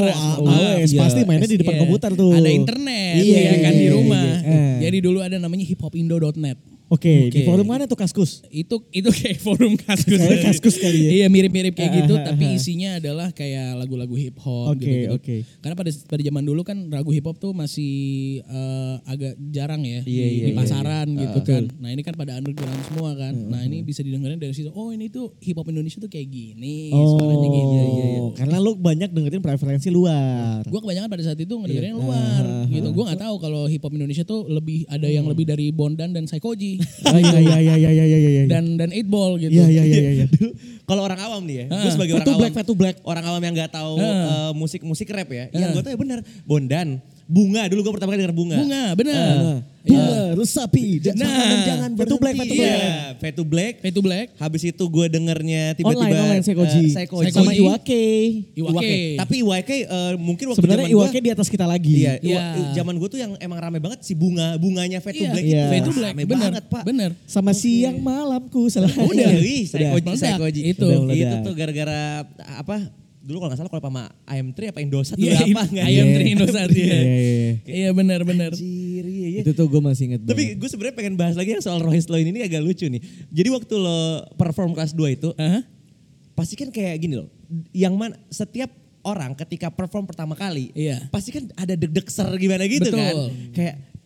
[SPEAKER 2] Pasti mainnya di depan komputer tuh.
[SPEAKER 1] Ada internet kan di rumah. Jadi dulu ada namanya hiphopindo.net.
[SPEAKER 2] Oke, di forum mana tuh Kaskus?
[SPEAKER 1] Itu kayak forum Kaskus.
[SPEAKER 2] Kayak Kaskus kali ya.
[SPEAKER 1] Iya mirip-mirip kayak gitu, tapi isinya adalah kayak lagu-lagu hip hop gitu. Karena pada zaman dulu kan lagu hip hop tuh masih agak jarang ya di pasaran gitu kan. Nah ini kan pada underground semua kan. Nah ini bisa didengerin dari situ. Oh ini tuh hip hop Indonesia tuh kayak gini, suaranya gitu.
[SPEAKER 2] Karena lu banyak dengerin preferensi luar.
[SPEAKER 1] Gue kebanyakan pada saat itu ngedengerin luar gitu. Gue nggak tahu kalau hip hop Indonesia tuh ada yang lebih dari Bondan dan Psychoji.
[SPEAKER 2] Iya.
[SPEAKER 1] Dan 8 Ball gitu.
[SPEAKER 2] Iya.
[SPEAKER 3] Kalau orang awam nih ya, gue sebagai orang awam.
[SPEAKER 2] Fatu Black.
[SPEAKER 3] Orang awam yang nggak tahu musik rap ya. Yang gue tahu ya benar, Bondan, Bunga. Dulu gue pertama kali denger Bunga.
[SPEAKER 1] Bunga, benar.
[SPEAKER 2] Bunga, resapi. Jangan berhenti.
[SPEAKER 3] Iya, Fatu Black. Habis itu gue dengernya tiba-tiba
[SPEAKER 2] online Psychoji. Sama Iwake.
[SPEAKER 3] Tapi Iwake mungkin waktu
[SPEAKER 2] sebenarnya
[SPEAKER 3] zaman
[SPEAKER 2] Iwake di atas kita lagi.
[SPEAKER 3] Iya. Zaman gue tuh yang emang rame banget si bunganya Fatu Black.
[SPEAKER 1] Fatu Black,
[SPEAKER 3] rame banget Pak.
[SPEAKER 1] Bener.
[SPEAKER 2] Sama siang malamku salah.
[SPEAKER 3] Udah, Psychoji.
[SPEAKER 1] Itu
[SPEAKER 3] tuh gara-gara apa? Dulu kalau gak salah kalau sama AM3 apa Indosat
[SPEAKER 1] AM3 Indosat Iya benar.
[SPEAKER 2] Itu tuh gue masih inget.
[SPEAKER 3] Tapi gue sebenarnya pengen bahas lagi yang soal Rohis Loin ini agak lucu nih. Jadi waktu lo perform kelas 2 itu, pasti kan kayak gini loh. Yang mana setiap orang ketika perform pertama kali, pasti kan ada deg-deg ser gimana gitu. Betul. Kan. Kayak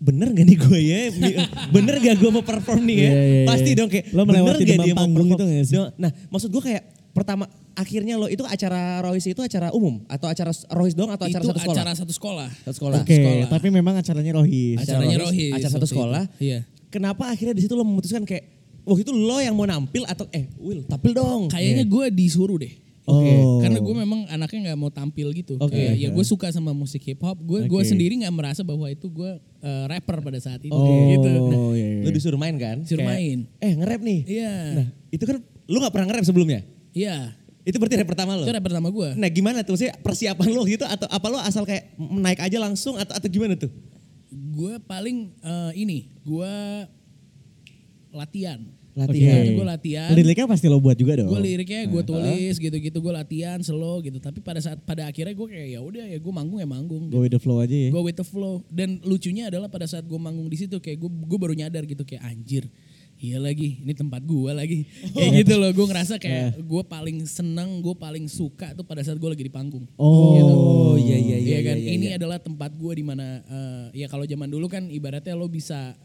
[SPEAKER 3] bener gak nih gue ya? Bener gak gue mau perform nih ya? Pasti dong kayak
[SPEAKER 2] lo melewati demam panggung itu gak sih?
[SPEAKER 3] Nah maksud gue kayak pertama akhirnya lo itu acara Rohis itu acara umum atau acara Rohis doang atau acara
[SPEAKER 1] Itu
[SPEAKER 3] satu sekolah?
[SPEAKER 1] acara satu sekolah.
[SPEAKER 3] Satu sekolah.
[SPEAKER 2] Oke,
[SPEAKER 1] Sekolah.
[SPEAKER 2] tapi memang acaranya Rohis.
[SPEAKER 1] Acaranya Rohis.
[SPEAKER 3] Acara satu
[SPEAKER 1] waktu itu.
[SPEAKER 3] sekolah.
[SPEAKER 1] Iya.
[SPEAKER 3] Kenapa akhirnya di situ lo memutuskan kayak waktu itu lo yang mau nampil atau Will tampil dong?
[SPEAKER 1] Kayaknya gue disuruh deh.
[SPEAKER 2] Oke.
[SPEAKER 1] Karena gue memang anaknya nggak mau tampil gitu.
[SPEAKER 3] Oke.
[SPEAKER 1] Kayak, ya gue suka sama musik hip hop. Gue
[SPEAKER 2] Oke.
[SPEAKER 1] sendiri nggak merasa bahwa itu gue rapper pada saat itu.
[SPEAKER 2] Oh,
[SPEAKER 1] Gitu.
[SPEAKER 2] iya.
[SPEAKER 3] Lo disuruh main kan?
[SPEAKER 1] Disuruh main.
[SPEAKER 3] Nge-rap nih.
[SPEAKER 1] Iya.
[SPEAKER 3] Nah itu kan lo gak pernah nge-rap sebelumnya?
[SPEAKER 1] Iya.
[SPEAKER 3] Itu berarti rap pertama lo?
[SPEAKER 1] Itu rap pertama gue.
[SPEAKER 3] Nah gimana tuh? Maksudnya persiapan lo gitu atau apa lo asal kayak naik aja langsung atau gimana tuh?
[SPEAKER 1] Gue paling gue latihan.
[SPEAKER 3] Latihan.
[SPEAKER 1] Gue latihan.
[SPEAKER 2] Liriknya pasti lo buat juga dong.
[SPEAKER 1] Gue liriknya gue tulis gitu-gitu, gue latihan slow gitu. Tapi pada akhirnya gue kayak ya udah ya gue manggung ya manggung.
[SPEAKER 2] Go with the flow aja ya.
[SPEAKER 1] Go with the flow. Dan lucunya adalah pada saat gue manggung di situ kayak gue baru nyadar gitu kayak anjir. Iya lagi, ini tempat gue lagi. Kayak gitu loh, gue ngerasa kayak gue paling seneng, gue paling suka tuh pada saat gue lagi di panggung.
[SPEAKER 2] Oh,
[SPEAKER 3] iya
[SPEAKER 1] kan?
[SPEAKER 3] iya.
[SPEAKER 1] Ini adalah tempat gue di mana ya kalau zaman dulu kan ibaratnya lo bisa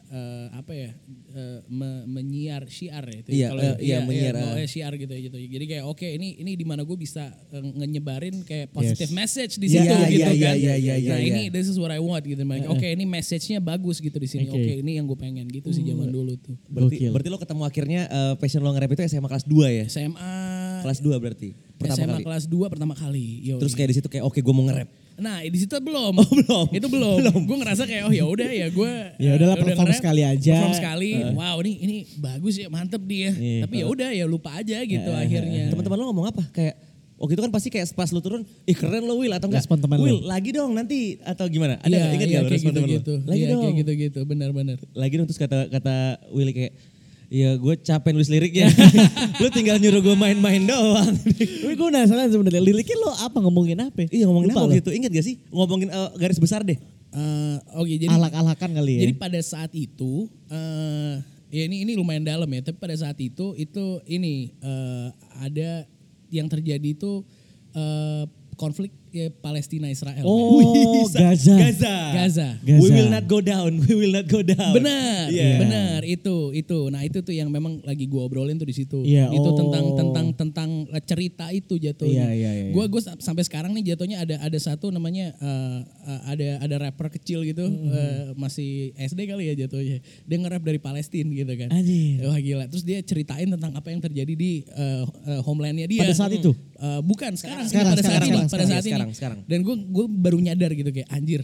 [SPEAKER 1] menyiar syiar ya. Itu.
[SPEAKER 3] Iya,
[SPEAKER 1] Kalau
[SPEAKER 3] menyiar.
[SPEAKER 1] syiar gitu. Jadi kayak oke ini di mana gue bisa nyebarin kayak positive message di situ
[SPEAKER 3] Iya,
[SPEAKER 1] gitu
[SPEAKER 3] iya,
[SPEAKER 1] kan.
[SPEAKER 3] iya, iya, iya,
[SPEAKER 1] Nah
[SPEAKER 3] iya.
[SPEAKER 1] ini this is what I want gitu. Oke ini message-nya bagus gitu di sini.
[SPEAKER 2] Oke.
[SPEAKER 1] Oke ini yang gue pengen gitu sih zaman dulu tuh.
[SPEAKER 3] Berarti lo ketemu akhirnya passion lo nge-rap itu SMA kelas 2 ya?
[SPEAKER 1] SMA
[SPEAKER 3] Kelas 2 berarti? Pertama
[SPEAKER 1] SMA
[SPEAKER 3] kali?
[SPEAKER 1] kelas 2 pertama kali.
[SPEAKER 3] Terus kayak di situ kayak oke gue mau nge-rap.
[SPEAKER 1] Nah di situ belum.
[SPEAKER 3] belum.
[SPEAKER 1] Itu belum. Gue ngerasa kayak oh ya udah ya gue.
[SPEAKER 2] Ya udahlah, perform
[SPEAKER 1] nge-rap,
[SPEAKER 2] sekali aja.
[SPEAKER 1] Perform sekali. Wow ini bagus ya mantep dia.
[SPEAKER 2] Iya.
[SPEAKER 1] Tapi ya udah ya lupa aja gitu akhirnya.
[SPEAKER 3] Teman-teman lo ngomong apa? Kayak waktu itu kan pasti kayak pas lo turun, ih keren lo Will atau enggak?
[SPEAKER 2] Respon teman lo.
[SPEAKER 3] Will lagi dong nanti atau gimana? Ada
[SPEAKER 1] Iya,
[SPEAKER 3] nggak? Ingat
[SPEAKER 1] iya,
[SPEAKER 3] gak lo
[SPEAKER 1] kayak
[SPEAKER 3] respon teman lo?
[SPEAKER 1] gitu-gitu.
[SPEAKER 3] Lagi
[SPEAKER 1] Iya,
[SPEAKER 3] dong.
[SPEAKER 1] kayak gitu-gitu benar-benar.
[SPEAKER 3] Lagi dong terus kata Willy kayak ya gue capek nulis liriknya. Lu tinggal nyuruh gue main-main doang.
[SPEAKER 2] Tapi gue penasaran sebenarnya liriknya lo apa ngomongin apa?
[SPEAKER 3] Iya ngomongin
[SPEAKER 2] Lupa
[SPEAKER 3] apa
[SPEAKER 2] lo.
[SPEAKER 3] gitu? Ingat gak sih? Ngomongin garis besar deh.
[SPEAKER 1] Oke jadi
[SPEAKER 2] Alak-alakan kali ya.
[SPEAKER 1] jadi pada saat itu ya ini lumayan dalam ya. Tapi pada saat itu ini ada yang terjadi itu konflik ya, Palestina Israel.
[SPEAKER 2] Oh, Gaza.
[SPEAKER 1] Gaza.
[SPEAKER 3] We will not go down. We will not go down.
[SPEAKER 1] Benar,
[SPEAKER 3] Iya.
[SPEAKER 1] benar itu. Nah itu tuh yang memang lagi gue obrolin tuh di situ.
[SPEAKER 2] Iya,
[SPEAKER 1] Itu
[SPEAKER 2] oh.
[SPEAKER 1] tentang cerita itu jatuhnya.
[SPEAKER 2] Iya.
[SPEAKER 1] Gue sampai sekarang nih jatuhnya ada satu namanya ada rapper kecil gitu masih SD kali ya jatuhnya. Dia nge-rap dari Palestina gitu kan.
[SPEAKER 2] Anjir.
[SPEAKER 1] Wah gila. Terus dia ceritain tentang apa yang terjadi di homelandnya dia.
[SPEAKER 2] Pada saat itu?
[SPEAKER 1] Bukan sekarang
[SPEAKER 2] Sekarang,
[SPEAKER 1] pada saat ini. Pada saat ini.
[SPEAKER 3] sekarang.
[SPEAKER 1] Dan gue baru nyadar gitu kayak anjir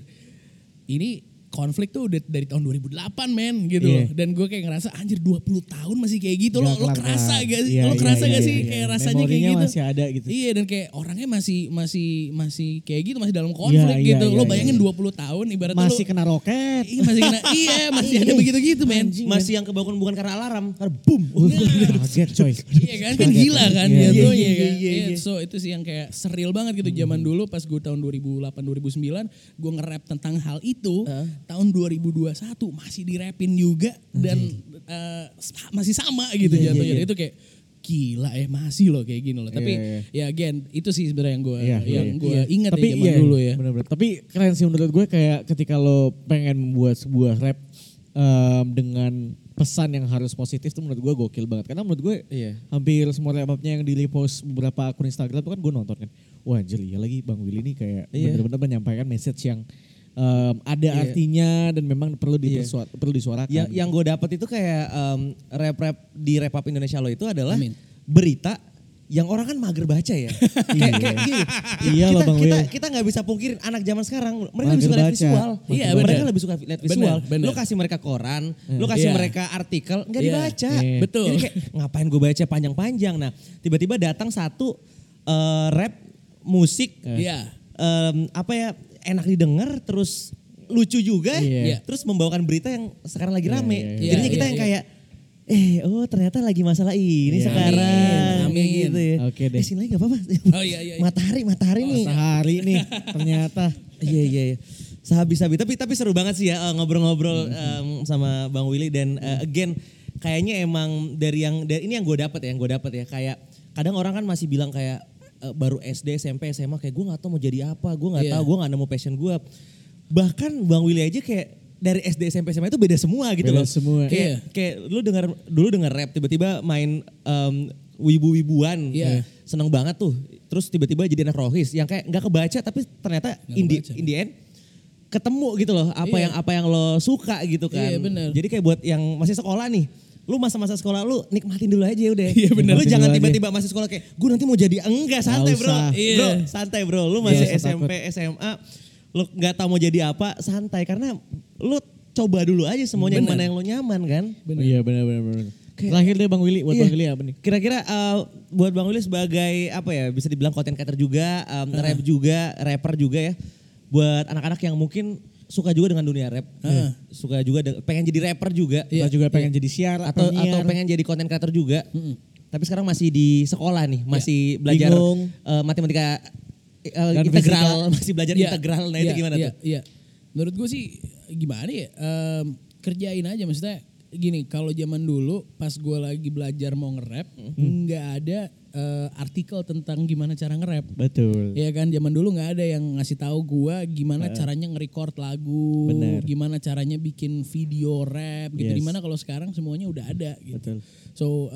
[SPEAKER 1] ini konflik tuh udah dari tahun 2008 men gitu
[SPEAKER 2] Iya.
[SPEAKER 1] loh. Dan gue kayak ngerasa anjir 20 tahun masih kayak gitu
[SPEAKER 2] Gak
[SPEAKER 1] lo
[SPEAKER 2] kelar-kelar.
[SPEAKER 1] kerasa gak sih?
[SPEAKER 2] Iya,
[SPEAKER 1] Lo
[SPEAKER 2] iya,
[SPEAKER 1] kerasa
[SPEAKER 2] iya,
[SPEAKER 1] gak
[SPEAKER 2] iya,
[SPEAKER 1] sih
[SPEAKER 2] iya.
[SPEAKER 1] kayak rasanya kayak
[SPEAKER 2] Memorinya
[SPEAKER 1] gitu?
[SPEAKER 2] masih ada gitu.
[SPEAKER 1] Iya dan kayak orangnya masih kayak gitu masih dalam konflik
[SPEAKER 2] Iya,
[SPEAKER 1] gitu.
[SPEAKER 2] iya,
[SPEAKER 1] Lo
[SPEAKER 2] iya,
[SPEAKER 1] bayangin
[SPEAKER 2] iya.
[SPEAKER 1] 20 tahun ibaratnya
[SPEAKER 2] Masih
[SPEAKER 1] lo
[SPEAKER 2] kena roket.
[SPEAKER 1] Iya masih kena masih ada begitu-gitu men.
[SPEAKER 3] Masih yang kebangun bukan karena alarm, karena boom.
[SPEAKER 2] Kaget coy.
[SPEAKER 1] Iya kan gila kan
[SPEAKER 2] Iya,
[SPEAKER 1] jatuhnya
[SPEAKER 3] iya,
[SPEAKER 1] kan.
[SPEAKER 3] iya, iya.
[SPEAKER 1] So itu sih yang kayak seril banget gitu zaman dulu pas gue tahun 2008-2009 gue nge-rap tentang hal itu. Tahun 2021 masih di-rapin juga dan masih sama gitu
[SPEAKER 2] Iya,
[SPEAKER 1] jatuhnya.
[SPEAKER 2] iya.
[SPEAKER 1] Itu kayak gila masih loh kayak gini loh. Tapi ya again itu sih sebenarnya yang gue ingat
[SPEAKER 2] Tapi
[SPEAKER 1] ya zaman dulu ya.
[SPEAKER 2] Bener-bener. Tapi keren sih menurut gue kayak ketika lo pengen membuat sebuah rap dengan pesan yang harus positif tuh menurut gue gokil banget. Karena menurut gue hampir semua rap-rapnya yang di-repost beberapa akun Instagram tuh kan gue nonton kan. Wah anjir ya lagi Bang Willy ini kayak bener-bener menyampaikan message yang ada artinya dan memang perlu disuarakan.
[SPEAKER 3] Yang gue dapet itu kayak rap-rap di Rap Up Indonesia lo itu adalah
[SPEAKER 1] Amin.
[SPEAKER 3] berita yang orang kan mager baca ya. kayak gini.
[SPEAKER 2] Iya loh Bang Will.
[SPEAKER 3] Kita nggak bisa pungkirin anak zaman sekarang mereka
[SPEAKER 2] Mager
[SPEAKER 3] lebih suka lihat
[SPEAKER 2] baca.
[SPEAKER 3] visual.
[SPEAKER 1] Iya,
[SPEAKER 3] mereka
[SPEAKER 1] benar.
[SPEAKER 3] lebih suka lihat visual.
[SPEAKER 1] Benar.
[SPEAKER 3] Lo kasih mereka koran, lo kasih
[SPEAKER 1] Iya.
[SPEAKER 3] mereka artikel, nggak
[SPEAKER 1] Iya.
[SPEAKER 3] dibaca.
[SPEAKER 2] Iya.
[SPEAKER 1] Betul.
[SPEAKER 3] Jadi kayak ngapain gue baca panjang-panjang. Nah tiba-tiba datang satu rap musik
[SPEAKER 1] Iya.
[SPEAKER 3] enak didengar terus lucu juga,
[SPEAKER 2] Iya.
[SPEAKER 3] terus membawakan berita yang sekarang lagi rame.
[SPEAKER 2] iya.
[SPEAKER 3] Jadinya
[SPEAKER 1] Iya,
[SPEAKER 3] kita
[SPEAKER 1] iya,
[SPEAKER 3] yang
[SPEAKER 1] iya.
[SPEAKER 3] kayak, ternyata lagi masalah ini
[SPEAKER 2] Iya.
[SPEAKER 3] sekarang.
[SPEAKER 1] Amin,
[SPEAKER 3] Kayak gitu ya.
[SPEAKER 2] Oke deh.
[SPEAKER 3] Sini lagi gak apa-apa.
[SPEAKER 1] Oh iya.
[SPEAKER 3] Matahari nih.
[SPEAKER 2] Sehari nih ternyata.
[SPEAKER 3] Iya. Sahabi-sahabi. Tapi seru banget sih ya ngobrol-ngobrol sama Bang Willy dan again kayaknya emang dari ini yang gue dapet ya. Kayak kadang orang kan masih bilang kayak baru SD, SMP, SMA kayak gue gak tahu mau jadi apa. Gue gak
[SPEAKER 1] Iya.
[SPEAKER 3] tahu, gue gak nemu passion gue. Bahkan Bang Willy aja kayak dari SD SMP SMA itu beda semua gitu
[SPEAKER 2] Beda
[SPEAKER 3] loh.
[SPEAKER 2] semua.
[SPEAKER 3] Kayak lu dulu dengar rap tiba-tiba main wibu-wibuan.
[SPEAKER 1] Iya.
[SPEAKER 3] Seneng banget tuh. Terus tiba-tiba jadi anak rohis yang kayak nggak kebaca tapi ternyata in the end ketemu gitu loh apa yang lo suka gitu kan.
[SPEAKER 1] Iya, bener.
[SPEAKER 3] Jadi kayak buat yang masih sekolah nih, lu masa-masa sekolah lu nikmatin dulu aja udah.
[SPEAKER 1] Iya, bener.
[SPEAKER 3] Lu jangan
[SPEAKER 2] Nikmatin dulu
[SPEAKER 3] tiba-tiba masih sekolah kayak gue nanti mau jadi enggak, santai
[SPEAKER 2] Nggak
[SPEAKER 3] bro.
[SPEAKER 2] usah.
[SPEAKER 1] Iya.
[SPEAKER 3] Bro, santai bro. Lu masih
[SPEAKER 2] Iya,
[SPEAKER 3] SMP, SMA, lu nggak tahu mau jadi apa, santai karena lu coba dulu aja semuanya yang
[SPEAKER 1] Bener.
[SPEAKER 3] mana yang lu nyaman kan.
[SPEAKER 2] Iya benar. Terakhir deh Bang Willy, buat
[SPEAKER 3] Iya.
[SPEAKER 2] Bang Willy apa nih?
[SPEAKER 3] Kira-kira buat Bang Willy sebagai apa ya, bisa dibilang content creator juga, rap juga, rapper juga ya. Buat anak-anak yang mungkin suka juga dengan dunia rap, suka juga pengen jadi rapper juga,
[SPEAKER 2] Atau juga pengen jadi siar
[SPEAKER 3] atau
[SPEAKER 2] penyiar.
[SPEAKER 3] pengen jadi content creator juga. Tapi sekarang masih di sekolah nih, masih belajar
[SPEAKER 2] Bingung.
[SPEAKER 3] matematika
[SPEAKER 2] Dan
[SPEAKER 3] integral, masih belajar
[SPEAKER 1] Iya.
[SPEAKER 3] integral. Nah itu gimana tuh?
[SPEAKER 1] Iya. Menurut gue sih gimana ya, kerjain aja maksudnya gini, kalau zaman dulu pas gue lagi belajar mau nge-rap, nggak ada artikel tentang gimana cara nge-rap.
[SPEAKER 2] Betul.
[SPEAKER 1] Iya kan, zaman dulu nggak ada yang ngasih tahu gue gimana caranya nge-record lagu,
[SPEAKER 2] Bener.
[SPEAKER 1] gimana caranya bikin video rap gitu.
[SPEAKER 2] Yes.
[SPEAKER 1] Dimana kalau sekarang semuanya udah ada gitu.
[SPEAKER 2] Betul.
[SPEAKER 1] So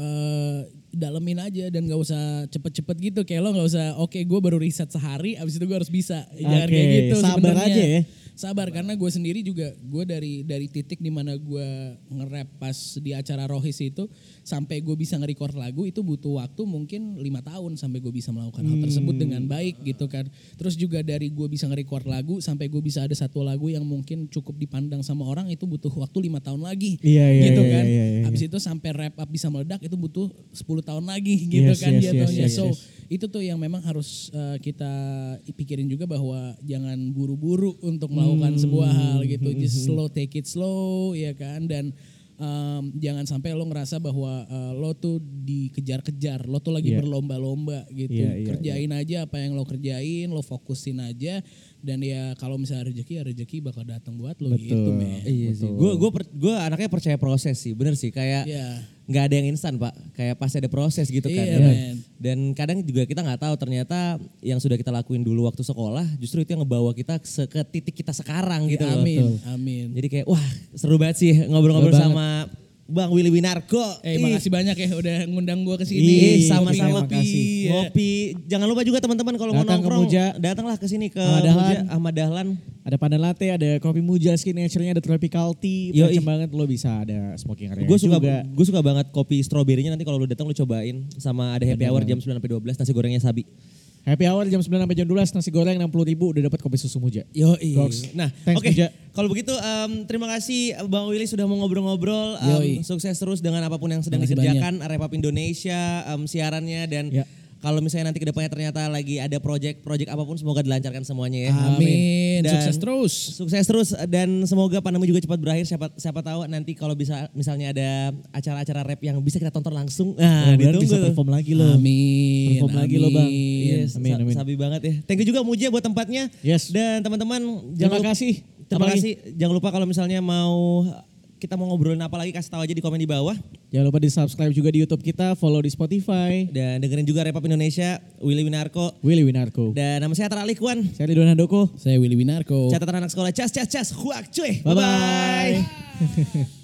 [SPEAKER 1] dalemin aja dan gak usah cepet-cepet gitu. Kayak lo gak usah oke gue baru riset sehari abis itu gue harus bisa. Jangan
[SPEAKER 2] Oke,
[SPEAKER 1] kayak gitu
[SPEAKER 2] sabar
[SPEAKER 1] sebenarnya.
[SPEAKER 2] aja ya.
[SPEAKER 1] Sabar karena gue sendiri juga gue dari titik dimana gue nge-rap pas di acara Rohis itu sampai gue bisa nge-record lagu itu butuh waktu mungkin 5 tahun sampai gue bisa melakukan hal tersebut dengan baik gitu kan. Terus juga dari gue bisa nge-record lagu sampai gue bisa ada satu lagu yang mungkin cukup dipandang sama orang itu butuh waktu 5 tahun lagi.
[SPEAKER 2] Iya,
[SPEAKER 1] gitu
[SPEAKER 2] iya,
[SPEAKER 1] kan.
[SPEAKER 2] iya, iya.
[SPEAKER 1] Habis itu sampai rap up bisa meledak itu butuh 10 tahun lagi gitu
[SPEAKER 2] Yes,
[SPEAKER 1] kan
[SPEAKER 2] yes,
[SPEAKER 1] jatuhnya.
[SPEAKER 2] yes, yes,
[SPEAKER 1] So
[SPEAKER 2] yes.
[SPEAKER 1] itu tuh yang memang harus kita pikirin juga bahwa jangan buru-buru untuk melakukan sebuah hal gitu. Just take it slow ya kan. Dan jangan sampai lo ngerasa bahwa lo tuh dikejar-kejar, lo tuh lagi
[SPEAKER 2] Iya.
[SPEAKER 1] berlomba-lomba gitu.
[SPEAKER 2] Iya, iya,
[SPEAKER 1] Kerjain aja apa yang lo kerjain, lo fokusin aja. Dan ya kalau misalnya rezeki ya rezeki bakal datang buat lo gitu men.
[SPEAKER 3] Iya sih. Gue anaknya percaya proses sih, bener sih. Kayak
[SPEAKER 1] Iya.
[SPEAKER 3] nggak ada yang instan pak. Kayak pasti ada proses gitu kan.
[SPEAKER 1] Iya,
[SPEAKER 3] Ya.
[SPEAKER 1] men.
[SPEAKER 3] Dan kadang juga kita nggak tahu ternyata yang sudah kita lakuin dulu waktu sekolah justru itu yang ngebawa kita ke titik kita sekarang gitu loh.
[SPEAKER 1] Amin, amin.
[SPEAKER 3] Jadi kayak wah seru banget sih ngobrol-ngobrol
[SPEAKER 2] Seru
[SPEAKER 3] sama Bang Willy Winarko.
[SPEAKER 1] Makasih banyak ya udah ngundang gue ke sini.
[SPEAKER 3] Sama-sama
[SPEAKER 2] Terima kasih.
[SPEAKER 3] ngopi. Jangan lupa juga teman-teman kalau mau
[SPEAKER 2] Datang ke
[SPEAKER 3] nongkrong
[SPEAKER 2] Muja.
[SPEAKER 3] datanglah ke sini ke
[SPEAKER 2] Ahmad Dahlan.
[SPEAKER 3] Muja Ahmad Dahlan.
[SPEAKER 2] Ada pandan latte, ada kopi Muja signature-nya, ada tropical tea,
[SPEAKER 3] Yoi.
[SPEAKER 2] macam banget lo bisa ada smoking area
[SPEAKER 3] Gue
[SPEAKER 2] juga.
[SPEAKER 3] suka banget kopi stroberinya, nanti kalau lu datang lu cobain, sama ada happy hour jam 9 sampai 12 nasi gorengnya Sabi.
[SPEAKER 2] Happy hour jam 9 sampai jam 12 nasi goreng 60.000 udah dapat kopi susu Muja. Goks.
[SPEAKER 3] Nah,
[SPEAKER 2] Thanks,
[SPEAKER 3] oke.
[SPEAKER 2] Muja.
[SPEAKER 3] Kalau begitu terima kasih Bang Willy sudah mau ngobrol-ngobrol.
[SPEAKER 1] Yoi.
[SPEAKER 3] Sukses terus dengan apapun yang sedang
[SPEAKER 1] Makasih
[SPEAKER 3] dikerjakan, Rap Up Indonesia, siarannya dan
[SPEAKER 2] Ya.
[SPEAKER 3] kalau misalnya nanti kedepannya ternyata lagi ada project apapun semoga dilancarkan semuanya ya.
[SPEAKER 1] Amin.
[SPEAKER 3] Dan
[SPEAKER 1] Sukses terus.
[SPEAKER 3] Sukses terus dan semoga pandemi juga cepat berakhir. Siapa tahu nanti kalau bisa misalnya ada acara-acara rap yang bisa kita tonton langsung. Nah,
[SPEAKER 2] Mudah-mudahan
[SPEAKER 3] ditunggu
[SPEAKER 2] bisa
[SPEAKER 3] tuh.
[SPEAKER 2] perform lagi lo.
[SPEAKER 1] Amin.
[SPEAKER 2] Perform lagi lo, Bang.
[SPEAKER 3] Yes,
[SPEAKER 2] Amin, amin.
[SPEAKER 3] sabi banget ya. Thank you juga Muja buat tempatnya.
[SPEAKER 2] Yes.
[SPEAKER 3] Dan teman-teman
[SPEAKER 2] Terima kasih.
[SPEAKER 3] Terima
[SPEAKER 2] Apalagi?
[SPEAKER 3] kasih. Jangan lupa kalau misalnya kita mau ngobrolin apa lagi kasih tahu aja di komen di bawah.
[SPEAKER 2] Jangan lupa di subscribe juga di YouTube kita, follow di Spotify.
[SPEAKER 3] Dan dengerin juga Rap Up Indonesia, Willy Winarko.
[SPEAKER 2] Willy Winarko.
[SPEAKER 3] Dan nama saya Tara Alikwan.
[SPEAKER 2] Saya Ridwan Handoko.
[SPEAKER 1] Saya Willy Winarko.
[SPEAKER 3] Catatan anak sekolah, cas. Huak cuy.
[SPEAKER 2] Bye-bye.